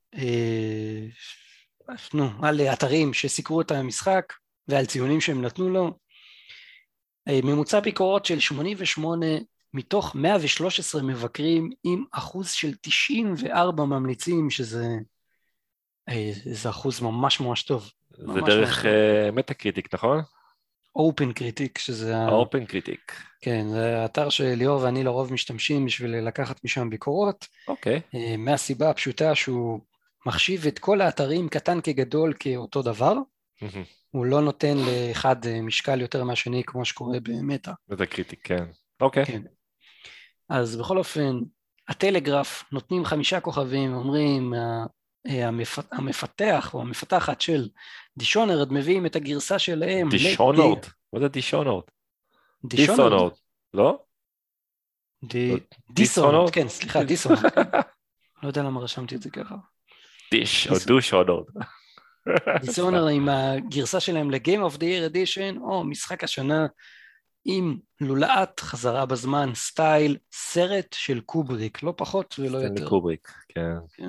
נו, על אתרים שסיקרו את המשחק ועל ציונים שהם נתנו לו. ממוצע ביקורות של שמונים ושמונה מתוך מאה ושלוש עשרה מבקרים עם אחוז של תשעים וארבע ממליצים, שזה זה אחוז ממש ממש טוב. זה דרך מטה קריטיק, נכון? Open Critic, שזה... Open Critic. כן, זה אתר שליאור ואני לרוב משתמשים בשביל לקחת משם ביקורות. אוקיי. מהסיבה הפשוטה שהוא מחשיב את כל האתרים קטן כגדול כאותו דבר. הוא לא נותן לאחד משקל יותר מהשני כמו שקורה במטה. זה קריטיק, כן. אוקיי. כן. אז בכל אופן, הטלגרף נותנים חמישה כוכבים, אומרים, המפתח או המפתחת של דישונרד מביאים את הגרסה שלהם. דישונרד? מה זה דישונרד? דישונרד. לא? דיסונרד, כן, סליחה, דיסונרד. לא יודע למה רשמתי את זה ככה. דיש או דושונרד. דיסונרד עם הגרסה שלהם לגיים אוף דה ייר אדישן, או משחק השנה עם לולאת חזרה בזמן, סטייל, סרט של קובריק, לא פחות ולא יותר. סטייל קובריק, כן.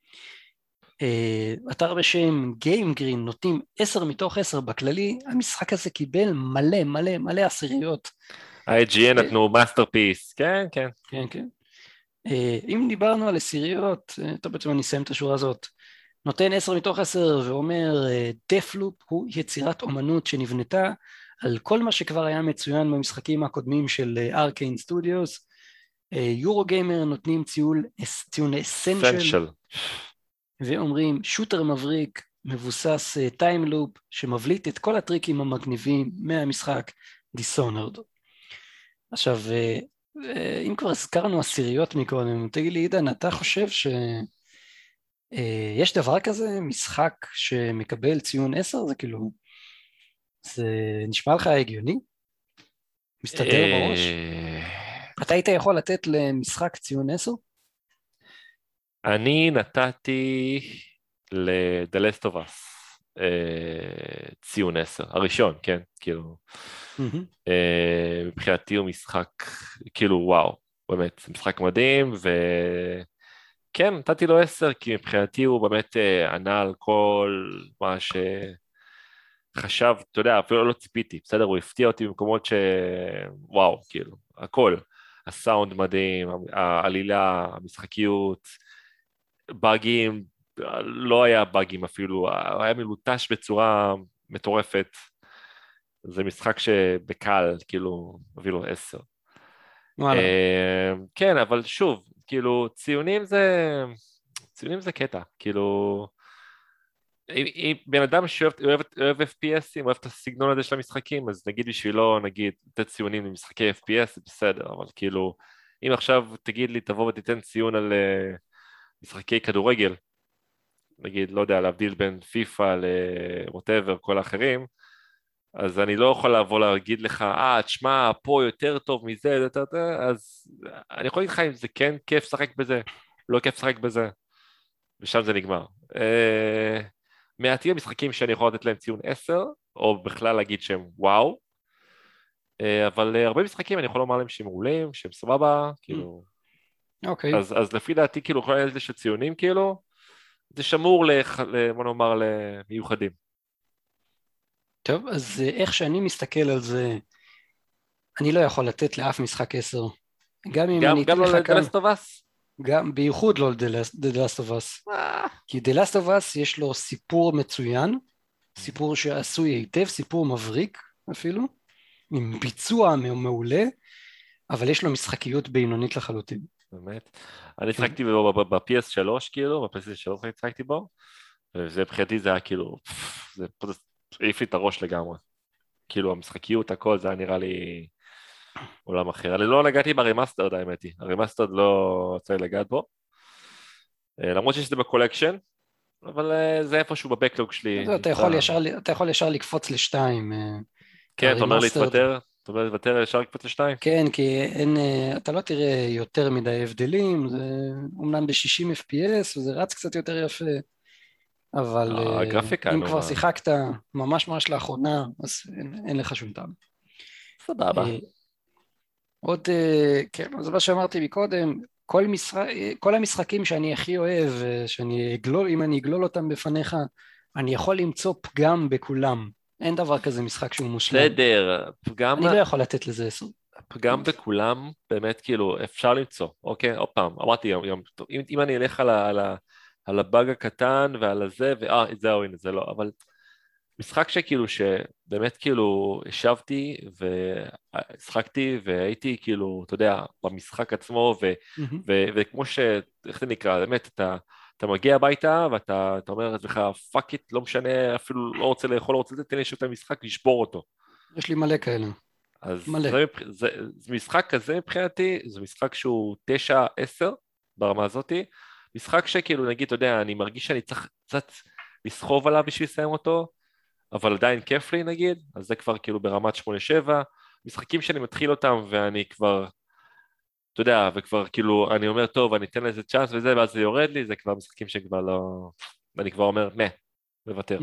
אתר בשם GameGreen נותנים עשר מתוך עשר בכללי, המשחק הזה קיבל מלא מלא מלא עשיריות. ה-איי ג'י אן נתנו מאסטרפיס, כן, כן. כן, כן. אם דיברנו על עשיריות, טוב בעצם אני אסיים את השורה הזאת, נותן עשר מתוך עשר ואומר, Deathloop הוא יצירת אומנות שנבנתה על כל מה שכבר היה מצוין במשחקים הקודמים של ארקיין סטודיוס. יורוגיימר נותנים ציון אסנשל, ואומרים שוטר מבריק מבוסס טיימלופ שמבליט את כל הטריקים המגניבים מהמשחק דיסונרד. עכשיו, אם כבר הזכרנו עשיריות מקודם, תגיד לי עידן, אתה חושב שיש דבר כזה, משחק שמקבל ציון עשר? זה כאילו, זה נשמע לך הגיוני? מסתדר בראש? אתה היית יכול לתת למשחק ציון עשר? אני נתתי ל-The Last of Us ציון עשר, הראשון, כן, כאילו, מבחינתי הוא משחק, כאילו וואו, באמת, משחק מדהים, וכן, נתתי לו עשר, כי מבחינתי הוא באמת ענה על כל מה שחשב, אתה יודע, אפילו לא ציפיתי, בסדר, הוא הפתיע אותי במקומות ש... וואו, כאילו, הכל, הסאונד מדהים, העלילה, המשחקיות, באגים, לא היה באגים אפילו, היה מלוטש בצורה מטורפת, זה משחק שבקל, כאילו, מביא לו עשר. וואלה. כן, אבל שוב, כאילו, ציונים זה, ציונים זה קטע, כאילו, אם בן אדם שאוהב אף פי אסים, אוהב את הסגנון הזה של המשחקים, אז נגיד בשבילו, נגיד, לתת ציונים למשחקי אף פי אס, זה בסדר, אבל כאילו, אם עכשיו תגיד לי, תבוא ותיתן ציון על משחקי כדורגל, נגיד, לא יודע, להבדיל בין פיפה ל-whatever, כל האחרים, אז אני לא יכול לבוא להגיד לך, אה, תשמע, פה יותר טוב מזה, יותר טוב, אז אני יכול להגיד לך אם זה כן כיף לשחק בזה, לא כיף לשחק בזה, ושם זה נגמר. מעטים המשחקים שאני יכול לתת להם ציון עשר, או בכלל להגיד שהם וואו, אבל הרבה משחקים אני יכול לומר להם שהם מעולים, שהם סבבה, כאילו... אוקיי. אז, אז לפי דעתי, כאילו, כל איזה של ציונים, כאילו, זה שמור, בוא נאמר, למיוחדים. טוב, אז איך שאני מסתכל על זה, אני לא יכול לתת לאף משחק עשר. גם אם גם, אני גם לא ל-The Last of Us? גם, בייחוד לא ל-The Last of Us. כי The Last of Us יש לו סיפור מצוין, סיפור שעשוי היטב, סיפור מבריק אפילו, עם ביצוע מעולה, אבל יש לו משחקיות בינונית לחלוטין. באמת. אני שחקתי ב-פי אס שלוש, כאילו, ב-פי אס שלוש שחקתי בו, וזה מבחינתי זה היה כאילו, זה העיף לי את הראש לגמרי. כאילו, המשחקיות, הכל, זה היה נראה לי עולם אחר. אני לא נגעתי ברמאסטרד, האמת היא. הרמאסטרד לא יצא לי לגעת בו. למרות שיש את זה בקולקשן, אבל זה איפשהו בבקלוג שלי. אתה יכול ישר לקפוץ לשתיים. כן, אתה אומר להתוותר? אתה אומר להתוותר ישר לקפוץ לשתיים? כן, כי אתה לא תראה יותר מדי הבדלים, זה אומנם ב-שישים אף פי אס, וזה רץ קצת יותר יפה. אבל אם כבר שיחקת ממש ממש לאחרונה, אז אין לך שום טעם. סבבה. עוד, כן, זה מה שאמרתי מקודם, כל, משחק, כל המשחקים שאני הכי אוהב, שאני אגלול, אם אני אגלול אותם בפניך, אני יכול למצוא פגם בכולם. אין דבר כזה משחק שהוא מושלם. בסדר, פגם... אני לא יכול לתת לזה עשר. פגם בכולם, באמת כאילו, אפשר למצוא. אוקיי, עוד פעם, אמרתי, אם, אם אני אלך על ה... על ה על הבאג הקטן ועל הזה, ואה, זהו, הנה, זה לא, אבל משחק שכאילו, שבאמת כאילו ישבתי ושחקתי והייתי כאילו, אתה יודע, במשחק עצמו, ו, Mm-hmm. ו, וכמו ש... איך זה נקרא? באמת, אתה, אתה מגיע הביתה ואתה אתה אומר לעצמך, פאק איט, לא משנה, אפילו לא רוצה לאכול, לא רוצה לתת, תן לי לשבת את המשחק, לשבור אותו. יש לי מלא כאלה. אז מלא. זה, זה, זה משחק כזה מבחינתי, זה משחק שהוא תשע עשר ברמה הזאתי, משחק שכאילו נגיד, אתה יודע, אני מרגיש שאני צריך קצת לסחוב עליו בשביל לסיים אותו, אבל עדיין כיף לי נגיד, אז זה כבר כאילו ברמת שמונה שבע, משחקים שאני מתחיל אותם ואני כבר, אתה יודע, וכבר כאילו, אני אומר, טוב, אני אתן לזה צ'אנס וזה, ואז זה יורד לי, זה כבר משחקים שכבר לא, ואני כבר אומר, מה, מוותר.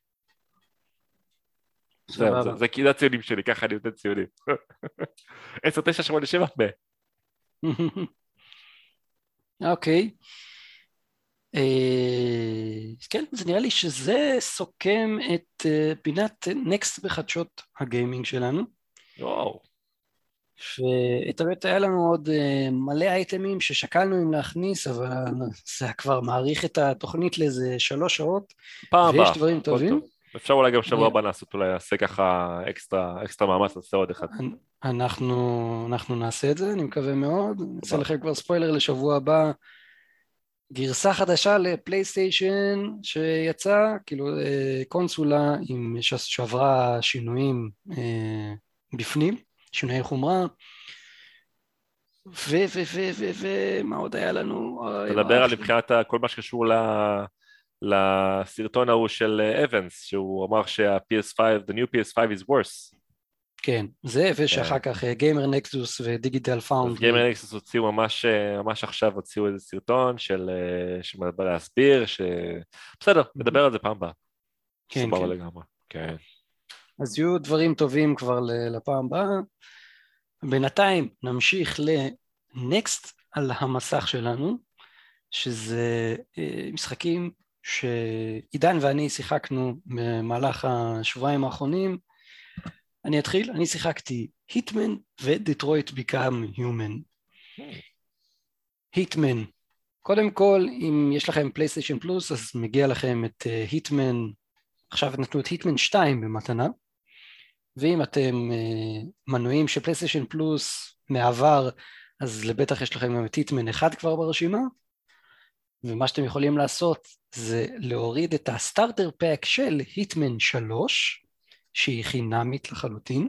זהו, זה, זה כאילו הציונים שלי, ככה אני נותן ציונים. עשר, תשע, שמונה, שבע, מה. אוקיי. כן, זה נראה לי שזה סוכם את פינת נקסט בחדשות הגיימינג שלנו. וואו. ואת האמת היה לנו עוד מלא אייטמים ששקלנו אם להכניס, אבל זה כבר מעריך את התוכנית לאיזה שלוש שעות. פעם הבאה. ויש דברים טובים. אפשר אולי גם שבוע הבא לעשות, אולי נעשה ככה אקסטרה, אקסטרה מאמץ, נעשה עוד אחד. אנחנו, אנחנו נעשה את זה, אני מקווה מאוד. נעשה לכם כבר ספוילר לשבוע הבא. גרסה חדשה לפלייסטיישן שיצאה, כאילו קונסולה עם שעברה שינויים אה, בפנים, שינויי חומרה, ו ו ו ו ו מה עוד היה לנו? תדבר על מבחינת כל מה שקשור ל... לסרטון ההוא של אבנס, שהוא אמר שה-פי אס פייב, the new פי אס פייב is worse. כן, זה, ושאחר כך גיימר נקסוס ודיגיטל פאונד. אז גיימר נקסוס הוציאו ממש, ממש עכשיו הוציאו איזה סרטון של, שמדבר להסביר, ש... בסדר, נדבר על זה פעם הבאה. כן, כן. לגמרי. כן. אז יהיו דברים טובים כבר לפעם הבאה. בינתיים נמשיך לנקסט על המסך שלנו, שזה משחקים שעידן ואני שיחקנו במהלך השבועיים האחרונים. אני אתחיל, אני שיחקתי היטמן ודטרויט ביקאם היומן. היטמן, קודם כל, אם יש לכם פלייסטיישן פלוס, אז מגיע לכם את היטמן, עכשיו נתנו את היטמן שתיים במתנה, ואם אתם מנויים של פלייסטיישן פלוס מעבר, אז לבטח יש לכם גם את היטמן אחד כבר ברשימה, ומה שאתם יכולים לעשות זה להוריד את הסטארטר פאק של היטמן שלוש, שהיא חינמית לחלוטין,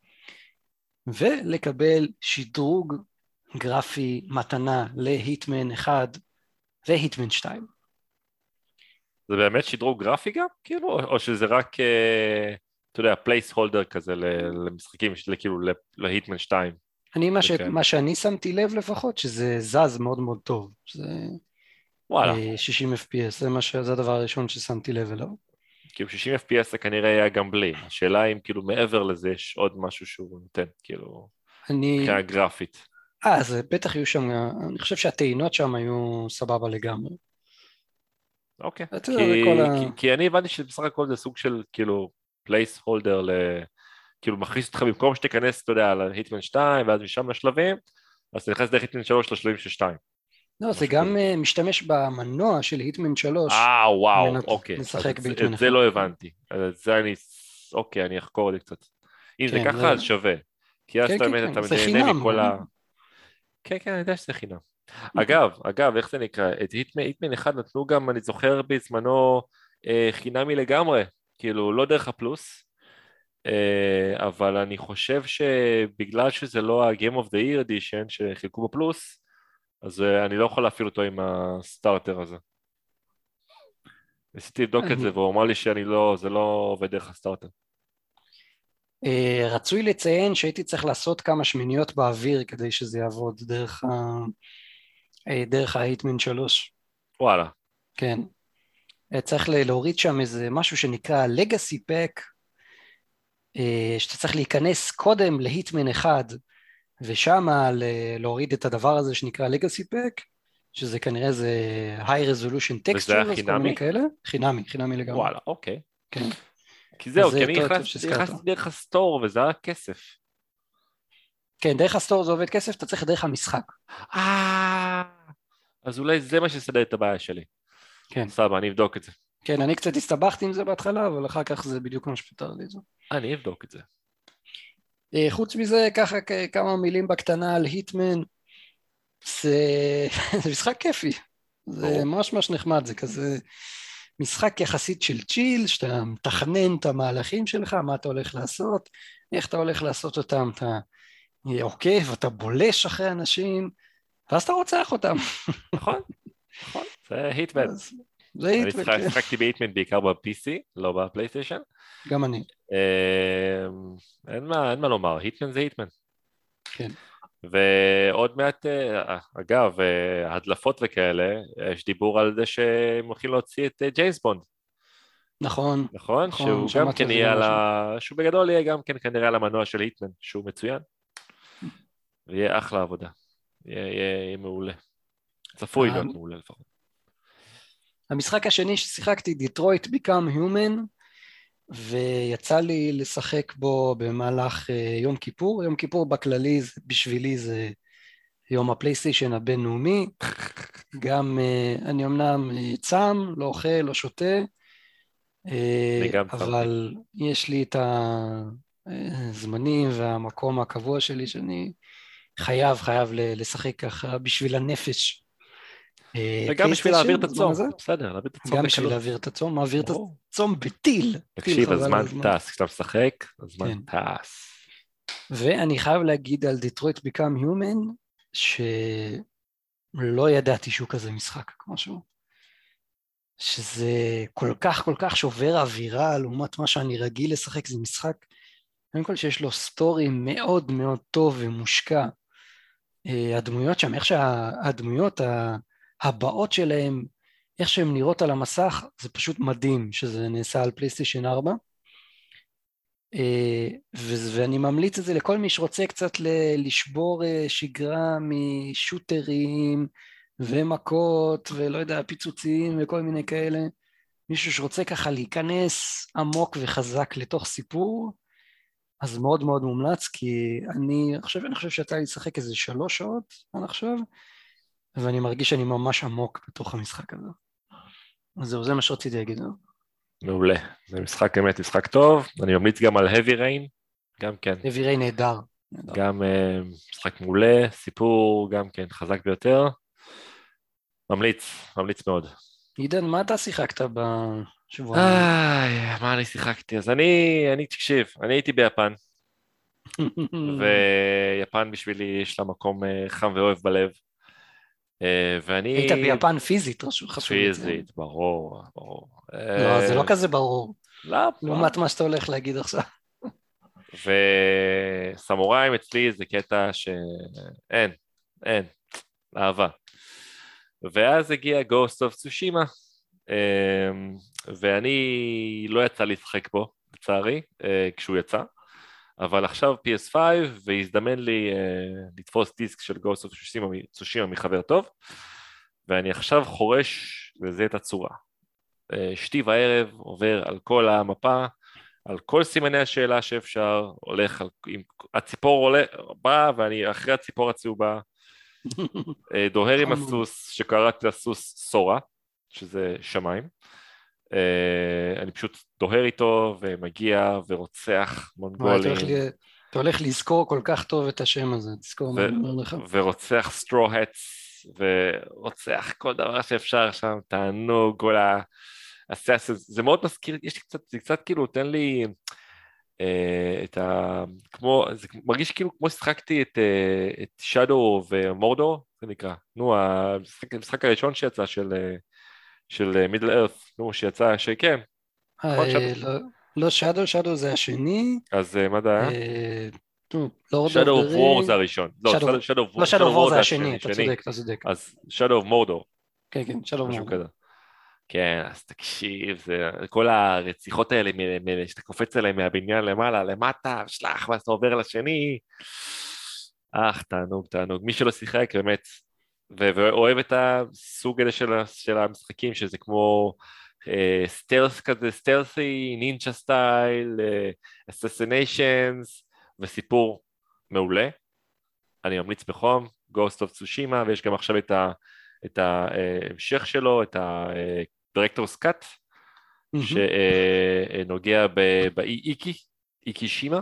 ולקבל שדרוג גרפי מתנה להיטמן אחד והיטמן שתיים. זה באמת שדרוג גרפי גם? כאילו, או שזה רק, אתה יודע, פלייס הולדר כזה למשחקים, כאילו להיטמן שתיים? אני, מה, ש... מה שאני שמתי לב לפחות, שזה זז מאוד מאוד טוב. שזה וואלה. שישים אף פי אס, זה, מה ש... זה הדבר הראשון ששמתי לב אליו. כאילו שישים אף פי אס זה כנראה היה גם בלי, השאלה אם כאילו מעבר לזה יש עוד משהו שהוא נותן, כאילו, מבחינה גרפית. אה, אז בטח יהיו שם, אני חושב שהטעינות שם היו סבבה לגמרי. אוקיי, כי אני הבנתי שבסך הכל זה סוג של כאילו פלייס הולדר, כאילו מכניס אותך במקום שתיכנס, אתה יודע, להיטמן שתיים, ואז משם לשלבים, אז אתה נכנס דרך היטמן שלוש לשלבים של שתיים. לא, זה גם משתמש במנוע של היטמן שלוש. אה, וואו, אוקיי. את זה לא הבנתי. זה אני, אוקיי, אני אחקור את זה קצת. אם זה ככה, אז שווה. כי אז אתה נהנה מכל ה... כן, כן, אני יודע שזה חינם. אגב, אגב, איך זה נקרא? את היטמן אחד נתנו גם, אני זוכר בזמנו, חינמי לגמרי. כאילו, לא דרך הפלוס. אבל אני חושב שבגלל שזה לא ה-Game of the Year Edition שחילקו בפלוס, אז אני לא יכול להפעיל אותו עם הסטארטר הזה. ניסיתי לבדוק את זה, והוא אמר לי שאני לא, זה לא עובד דרך הסטארטר. רצוי לציין שהייתי צריך לעשות כמה שמיניות באוויר, כדי שזה יעבוד דרך ה... דרך ההיטמן שלוש. וואלה. כן. צריך להוריד שם איזה משהו שנקרא Legacy Pack, שאתה צריך להיכנס קודם להיטמן אחד, ושם להוריד את הדבר הזה שנקרא Legacy Pack, שזה כנראה זה High Resolution Texture. וזה היה חינמי? כאלה. חינמי, חינמי לגמרי. וואלה, אוקיי. כן. כי זהו, כי אני נכנסתי דרך הסטור, וזה היה כסף. כן, דרך הסטור זה עובד כסף, אתה צריך דרך המשחק. אה, אז אולי זה מה שסדר את הבעיה שלי. כן. סבבה, אני אבדוק את זה. כן, אני קצת הסתבכתי עם זה בהתחלה, אבל אחר כך זה בדיוק מה שפתר לי את זה. אני אבדוק את זה. חוץ מזה, ככה כמה מילים בקטנה על היטמן, זה, זה משחק כיפי, זה ממש ממש נחמד, זה כזה משחק יחסית של צ'יל, שאתה מתכנן את המהלכים שלך, מה אתה הולך לעשות, איך אתה הולך לעשות אותם, אתה עוקב, אתה בולש אחרי אנשים, ואז אתה רוצח אותם. נכון, נכון, זה היטמן. זה היטמן, כן. אני שחקתי בהיטמן בעיקר ב-פי סי, לא בפלייסטיישן. גם אני. אין מה, אין מה לומר, היטמן זה היטמן. כן. ועוד מעט, אגב, הדלפות וכאלה, יש דיבור על זה שהם הולכים להוציא את ג'יימס בונד. נכון. נכון? שהוא גם כן יהיה על ה... שהוא בגדול יהיה גם כן כנראה על המנוע של היטמן, שהוא מצוין. ויהיה אחלה עבודה. יהיה מעולה. צפוי להיות מעולה לפחות. המשחק השני ששיחקתי, דיטרויט ביקאם היומן, ויצא לי לשחק בו במהלך יום כיפור. יום כיפור בכללי בשבילי זה יום הפלייסטיישן הבינלאומי. גם אני אמנם צם, לא אוכל, לא שותה, אבל יש לי את הזמנים והמקום הקבוע שלי שאני חייב, חייב לשחק ככה בשביל הנפש. וגם בשביל להעביר את הצום, בסדר, להעביר את הצום. גם בשביל להעביר את הצום, מעביר את הצום בטיל. תקשיב, הזמן טס, כשאתה משחק, הזמן טס. ואני חייב להגיד על דיטרויט ביקאם היומן, שלא ידעתי שהוא כזה משחק כמו שהוא. שזה כל כך כל כך שובר אווירה, לעומת מה שאני רגיל לשחק, זה משחק, קודם כל שיש לו סטורי מאוד מאוד טוב ומושקע. הדמויות שם, איך שהדמויות הבאות שלהם, איך שהן נראות על המסך, זה פשוט מדהים שזה נעשה על פלייסטיישן ארבע. ואני ממליץ את זה לכל מי שרוצה קצת לשבור שגרה משוטרים ומכות ולא יודע, פיצוצים וכל מיני כאלה. מישהו שרוצה ככה להיכנס עמוק וחזק לתוך סיפור, אז מאוד מאוד מומלץ, כי אני חושב, אני חושב שאתה לשחק איזה שלוש שעות עד עכשיו, ואני מרגיש שאני ממש עמוק בתוך המשחק הזה. אז זהו, זה מה שרציתי להגיד. מעולה, זה משחק באמת, משחק טוב, אני ממליץ גם על Heavy Rain, גם כן. Heavy Rain נהדר. גם uh, משחק מעולה, סיפור גם כן חזק ביותר, ממליץ, ממליץ מאוד. עידן, מה אתה שיחקת בשבוע? איי, מה אני שיחקתי? אז אני, אני תקשיב, אני הייתי ביפן, ויפן בשבילי יש לה מקום חם ואוהב בלב. ואני... היית ביפן פיזית, חשוב. פיזית, ברור, ברור. לא, זה לא כזה ברור. לא, לעומת מה שאתה הולך להגיד עכשיו. וסמוראים אצלי זה קטע שאין, אין, אהבה. ואז הגיע Ghost of Tsushima, ואני לא יצא לשחק בו, לצערי, כשהוא יצא. אבל עכשיו פי אס פייב, והזדמן לי uh, לתפוס דיסק של Ghost of Tsushima מחבר טוב, ואני עכשיו חורש לזה את הצורה. Uh, שתי בערב עובר על כל המפה, על כל סימני השאלה שאפשר, הולך, על, עם, הציפור עולה, בא, ואני אחרי הציפור הצהובה, uh, דוהר עם הסוס, שקראתי לסוס סורה, שזה שמיים, Uh, אני פשוט דוהר איתו ומגיע ורוצח מונגולים. אתה הולך לזכור כל כך טוב את השם הזה, תזכור מה אני אומר לך. ורוצח סטרו-האטס, ורוצח כל דבר שאפשר שם, תענוג, כל ה... זה מאוד מזכיר, יש לי קצת, זה קצת כאילו, תן לי את ה... כמו, זה מרגיש כאילו כמו ששחקתי את Shadow of Mordor, זה נקרא, נו, המשחק הראשון שיצא של... של מידל ארת, נו, שיצא, שכן. לא, שדו, שדו זה השני. אז מה זה היה? שדו אוף וור זה הראשון. לא, שדו אוף וור זה השני, אתה צודק, אתה צודק. אז שדו אוף מורדור. כן, כן, שדו אוף מורדור. כן, אז תקשיב, כל הרציחות האלה, שאתה קופץ עליהם מהבניין למעלה, למטה, שלח, ואז אתה עובר לשני. אך, תענוג, תענוג. מי שלא שיחק, באמת, ואוהב את הסוג הזה של, של המשחקים, שזה כמו סטלס כזה, סטלסי, נינג'ה סטייל, אססניישנס, וסיפור מעולה. אני ממליץ בחום, Ghost of Tsushima, ויש גם עכשיו את, ה, את ההמשך שלו, את ה-Director's Cut, שנוגע באי איקי, איקישימה,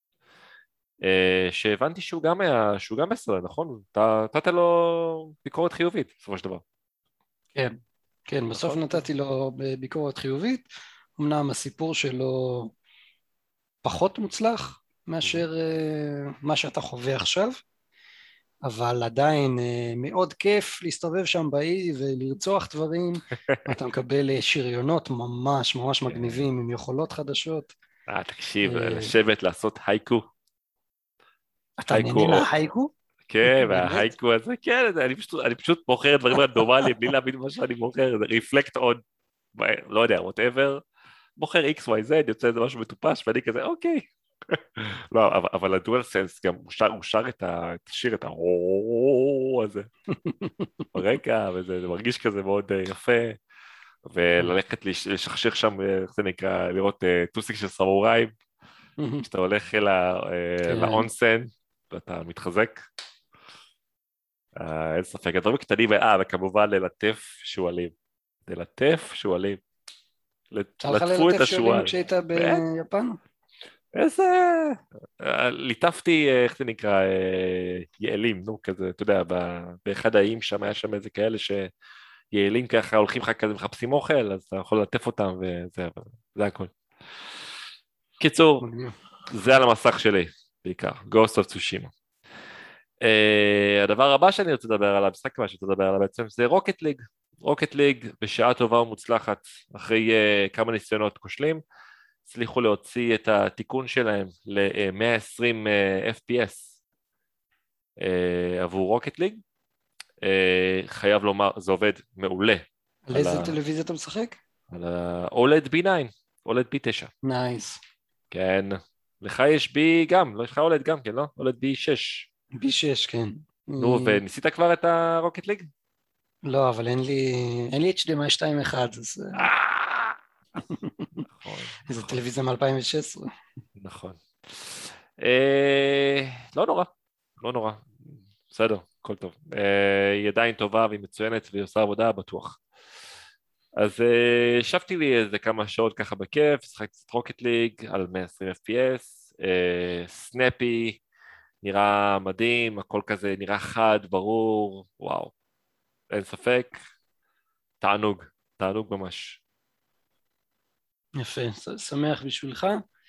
שהבנתי שהוא גם היה, שהוא גם בסדר, נכון? אתה נתת לו ביקורת חיובית, בסופו של דבר. כן, כן, בסוף נתתי לו ביקורת חיובית, אמנם הסיפור שלו פחות מוצלח מאשר מה שאתה חווה עכשיו, אבל עדיין מאוד כיף להסתובב שם באי ולרצוח דברים, אתה מקבל שריונות ממש ממש מגניבים עם יכולות חדשות. אה, תקשיב, לשבת לעשות הייקו. אתה נהנה מההייקו? כן, וההייקו הזה, כן, אני פשוט מוכר דברים רנדומליים, בלי להבין מה שאני מוכר, זה reflect on, לא יודע, whatever, מוכר X Y Z, יוצא איזה משהו מטופש, ואני כזה, אוקיי. לא, אבל הדואל סנס גם, הוא שר את השיר, את ה-הו הזה, ברקע, וזה מרגיש כזה מאוד יפה, וללכת לשכשך שם, איך זה נקרא, לראות טוסיק של סמוראים, כשאתה הולך לאונסן, ואתה מתחזק, אין ספק, הדברים קטנים, אה, וכמובן ללטף שועלים, ללטף שועלים, לטפו את השועל. כשהיית ביפן? איזה, ליטפתי, איך זה נקרא, יעלים, נו, כזה, אתה יודע, באחד האיים שם, היה שם איזה כאלה שיעלים ככה, הולכים לך כזה, מחפשים אוכל, אז אתה יכול ללטף אותם, וזה, זה הכל. קיצור, זה על המסך שלי, בעיקר, Ghost of Tsushima. הדבר הבא שאני רוצה לדבר עליו, משחק מה שאני רוצה לדבר עליו בעצם, זה רוקט ליג. רוקט ליג בשעה טובה ומוצלחת, אחרי כמה ניסיונות כושלים, הצליחו להוציא את התיקון שלהם ל-מאה ועשרים אף פי אס עבור רוקט ליג. חייב לומר, זה עובד מעולה. על איזה טלוויזיה אתה משחק? על ה-אולד בי תשע, אולד בי תשע. נייס. כן, לך יש בי גם, לא יש לך אולד גם, כן, לא? אולד בי שש. בי שש, כן. נו, וניסית כבר את הרוקט ליג? לא, אבל אין לי, אין לי אייץ' די אם איי שתיים נקודה אחת, אז... איזה טלוויזיה מ-אלפיים ושש עשרה. נכון. לא נורא, לא נורא. בסדר, הכל טוב. היא עדיין טובה והיא מצוינת והיא עושה עבודה בטוח. אז שבתי לי איזה כמה שעות ככה בכיף, שחק קצת רוקט ליג על מאה ועשרים אף פי אס, סנאפי, נראה מדהים, הכל כזה נראה חד, ברור, וואו. אין ספק, תענוג, תענוג ממש. יפה, שמח בשבילך.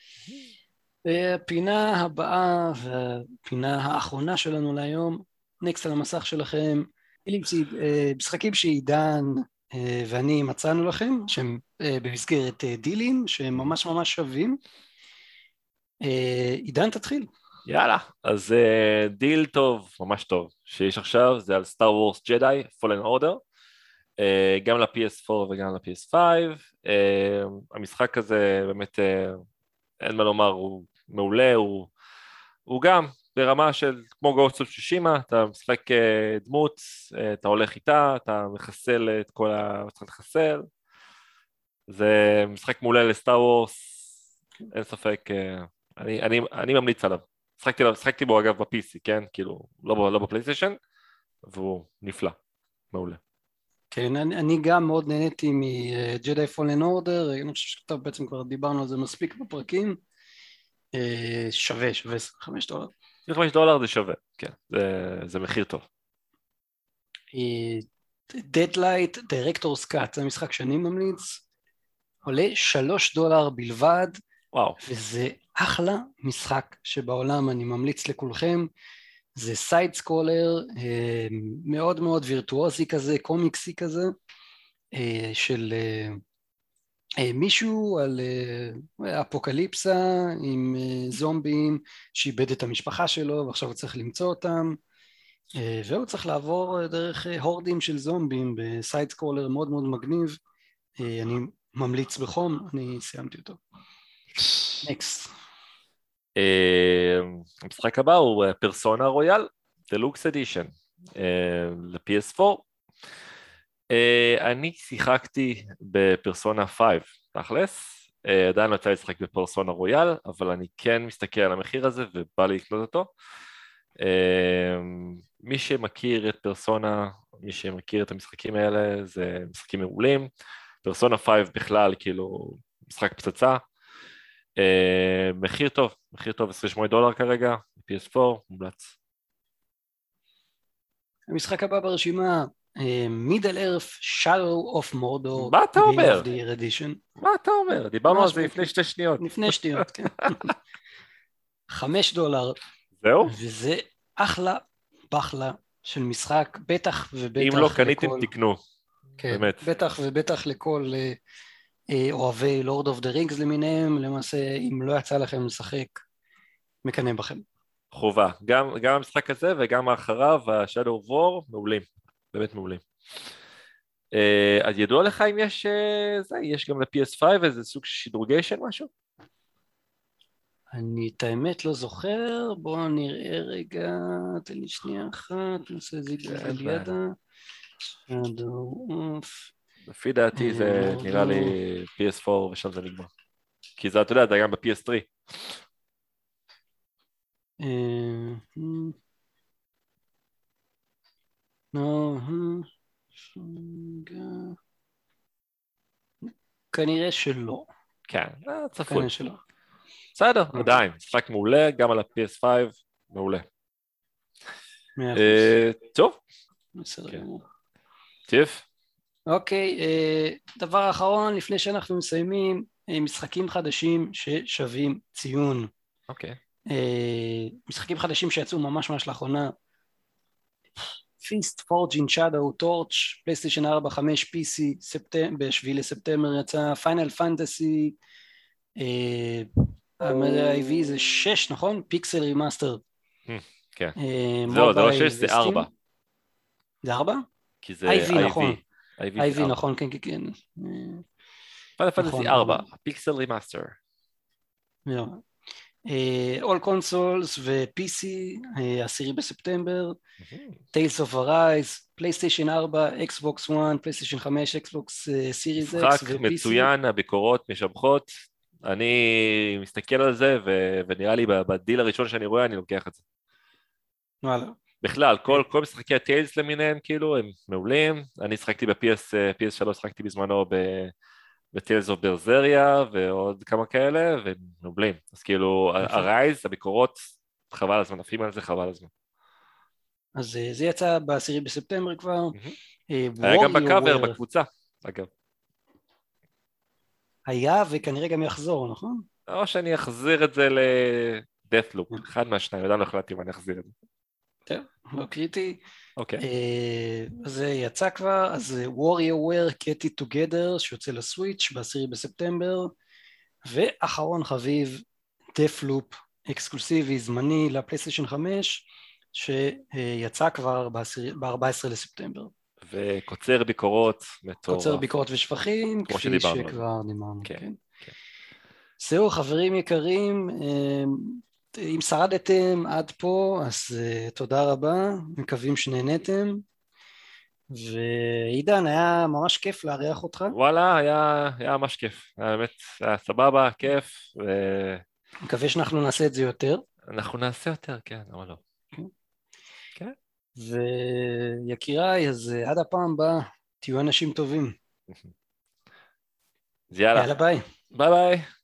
הפינה הבאה והפינה האחרונה שלנו להיום, נקסט על המסך שלכם, משחקים שעידן ואני מצאנו לכם, שהם במסגרת דילים, שהם ממש ממש שווים. עידן תתחיל. יאללה, אז דיל טוב, ממש טוב, שיש עכשיו, זה על סטאר וורס ג'די, Fallen Order, גם ל-פי אס פור וגם ל-פי אס פייב, המשחק הזה באמת, אין מה לומר, הוא מעולה, הוא, הוא גם ברמה של, כמו Ghost of Tsushima, אתה משחק דמות, אתה הולך איתה, אתה מחסל את כל ה... צריך לחסל, זה משחק מעולה לסטאר וורס, אין ספק, אני, אני, אני ממליץ עליו. שחקתי, שחקתי בו אגב ב-פי סי, כן? כאילו, לא, לא בפלייסטיישן, והוא נפלא, מעולה. כן, אני, אני גם מאוד נהניתי מ-ג'די פולן אורדר, אני חושב שאתה בעצם כבר דיברנו על זה מספיק בפרקים, שווה, שווה עשרים וחמישה דולר. עשרים וחמישה דולר זה שווה, כן, זה, זה מחיר טוב. Deadlight Director's Cut, זה משחק שאני ממליץ, עולה שלוש דולר בלבד, וואו. וזה אחלה משחק שבעולם, אני ממליץ לכולכם, זה סייד סקולר, מאוד מאוד וירטואוזי כזה, קומיקסי כזה, של מישהו על אפוקליפסה עם זומבים שאיבד את המשפחה שלו ועכשיו הוא צריך למצוא אותם, והוא צריך לעבור דרך הורדים של זומבים בסייד סקולר מאוד מאוד מגניב, אני ממליץ בחום, אני סיימתי אותו. נקסט. המשחק הבא הוא פרסונה רויאל, דלוקס אדישן, ל-פי אס פור. אני שיחקתי בפרסונה חמש, תכלס, עדיין לא יצא לשחק בפרסונה רויאל, אבל אני כן מסתכל על המחיר הזה ובא לי לקנות אותו. מי שמכיר את פרסונה, מי שמכיר את המשחקים האלה, זה משחקים מעולים, פרסונה חמש בכלל, כאילו, משחק פצצה. Uh, מחיר טוב, מחיר טוב, עשרים ושמונה דולר כרגע, פי אס פור, מומלץ. המשחק הבא ברשימה, מידל ארף, Shadow of Mordor, מה אתה אומר? Game of the Year Edition. מה אתה אומר? דיברנו על זה לפני שתי שניות. לפני שניות, כן. חמש דולר. זהו? וזה אחלה, בחלה של משחק, בטח ובטח אם לא קניתם, תקנו. כן, באמת. בטח ובטח לכל אוהבי לורד אוף דה רינגס למיניהם, למעשה אם לא יצא לכם לשחק, מקנא בכם. חובה, גם, גם המשחק הזה וגם האחריו, ה-Shadow of War, מעולים, באמת מעולים. Uh, אז ידוע לך אם יש, uh, זה, יש גם ל-פי אס חמש איזה סוג של שדרוגיישן משהו? אני את האמת לא זוכר, בואו נראה רגע, תן לי שנייה אחת, נעשה את זה בלידה. Shadow of... לפי דעתי זה נראה לי פי אס פור ושם זה נגמר. כי זה, אתה יודע, זה גם ב-פי אס שלוש. כנראה שלא. כן, צפוי. כנראה שלא. בסדר, עדיין, משחק מעולה, גם על ה-פי אס חמש, מעולה. טוב. בסדר. טיף. אוקיי, דבר אחרון, לפני שאנחנו מסיימים, משחקים חדשים ששווים ציון. אוקיי. משחקים חדשים שיצאו ממש ממש לאחרונה. Feast, Forging, Shadow, Torch, פלייסטיישן ארבע, חמש, פי סי, בשביעי לספטמבר יצא, פיינל פנטסי, ה-איי וי זה שש, נכון? פיקסל רימאסטר. כן. זהו, זה לא שש, זה ארבע. זה ארבע? כי זה איי וי. נכון. איי וי, נכון, כן, כן, כן. פיינל פנטסי ארבע, פיקסל רימאסטר. All Consoles ו-פי סי, עשירי בספטמבר, Tales of Arise, פלייסטיישן ארבע, Xbox One, פלייסטיישן חמש, Xbox Series X ו-פי סי. משחק מצוין, הביקורות משבחות, אני מסתכל על זה ונראה לי בדיל הראשון שאני רואה אני לוקח את זה. וואלה. בכלל, כל, כל משחקי הטיילס למיניהם כאילו הם מעולים, אני שחקתי ב-פי אס שלוש, שחקתי בזמנו ב... בטיילס אוף ברזריה ועוד כמה כאלה, והם מעולים. אז כאילו, הרייז, הביקורות, חבל הזמן, עפים על זה, חבל הזמן. אז זה יצא בעשירי בספטמבר כבר. היה גם בקאבר, בקבוצה, אגב. היה וכנראה גם יחזור, נכון? או שאני אחזיר את זה לדאת'לופ, אחד מהשניים, עדיין לא החלטתי מה אני אחזיר את זה. טוב, לא קריטי. אוקיי. זה יצא כבר, אז WarioWare Get It Together, שיוצא לסוויץ' בעשירי בספטמבר, ואחרון חביב, Deathloop, אקסקלוסיבי, זמני לפלייסטיישן חמש, שיצא כבר ב-ארבעה עשר לספטמבר. וקוצר ביקורות מטורף. קוצר ביקורות ושפחים, כמו כפי שדיברנו. שכבר דיברנו. כן, כן. כן. זהו, חברים יקרים, אם שרדתם עד פה, אז uh, תודה רבה, מקווים שנהנתם, ועידן, היה ממש כיף להריח אותך. וואלה, היה, היה ממש כיף, האמת, היה סבבה, כיף. ו... מקווה שאנחנו נעשה את זה יותר. אנחנו נעשה יותר, כן, אבל לא. כן. ויקיריי, אז עד הפעם הבאה, תהיו אנשים טובים. יאללה. יאללה, ביי. ביי ביי.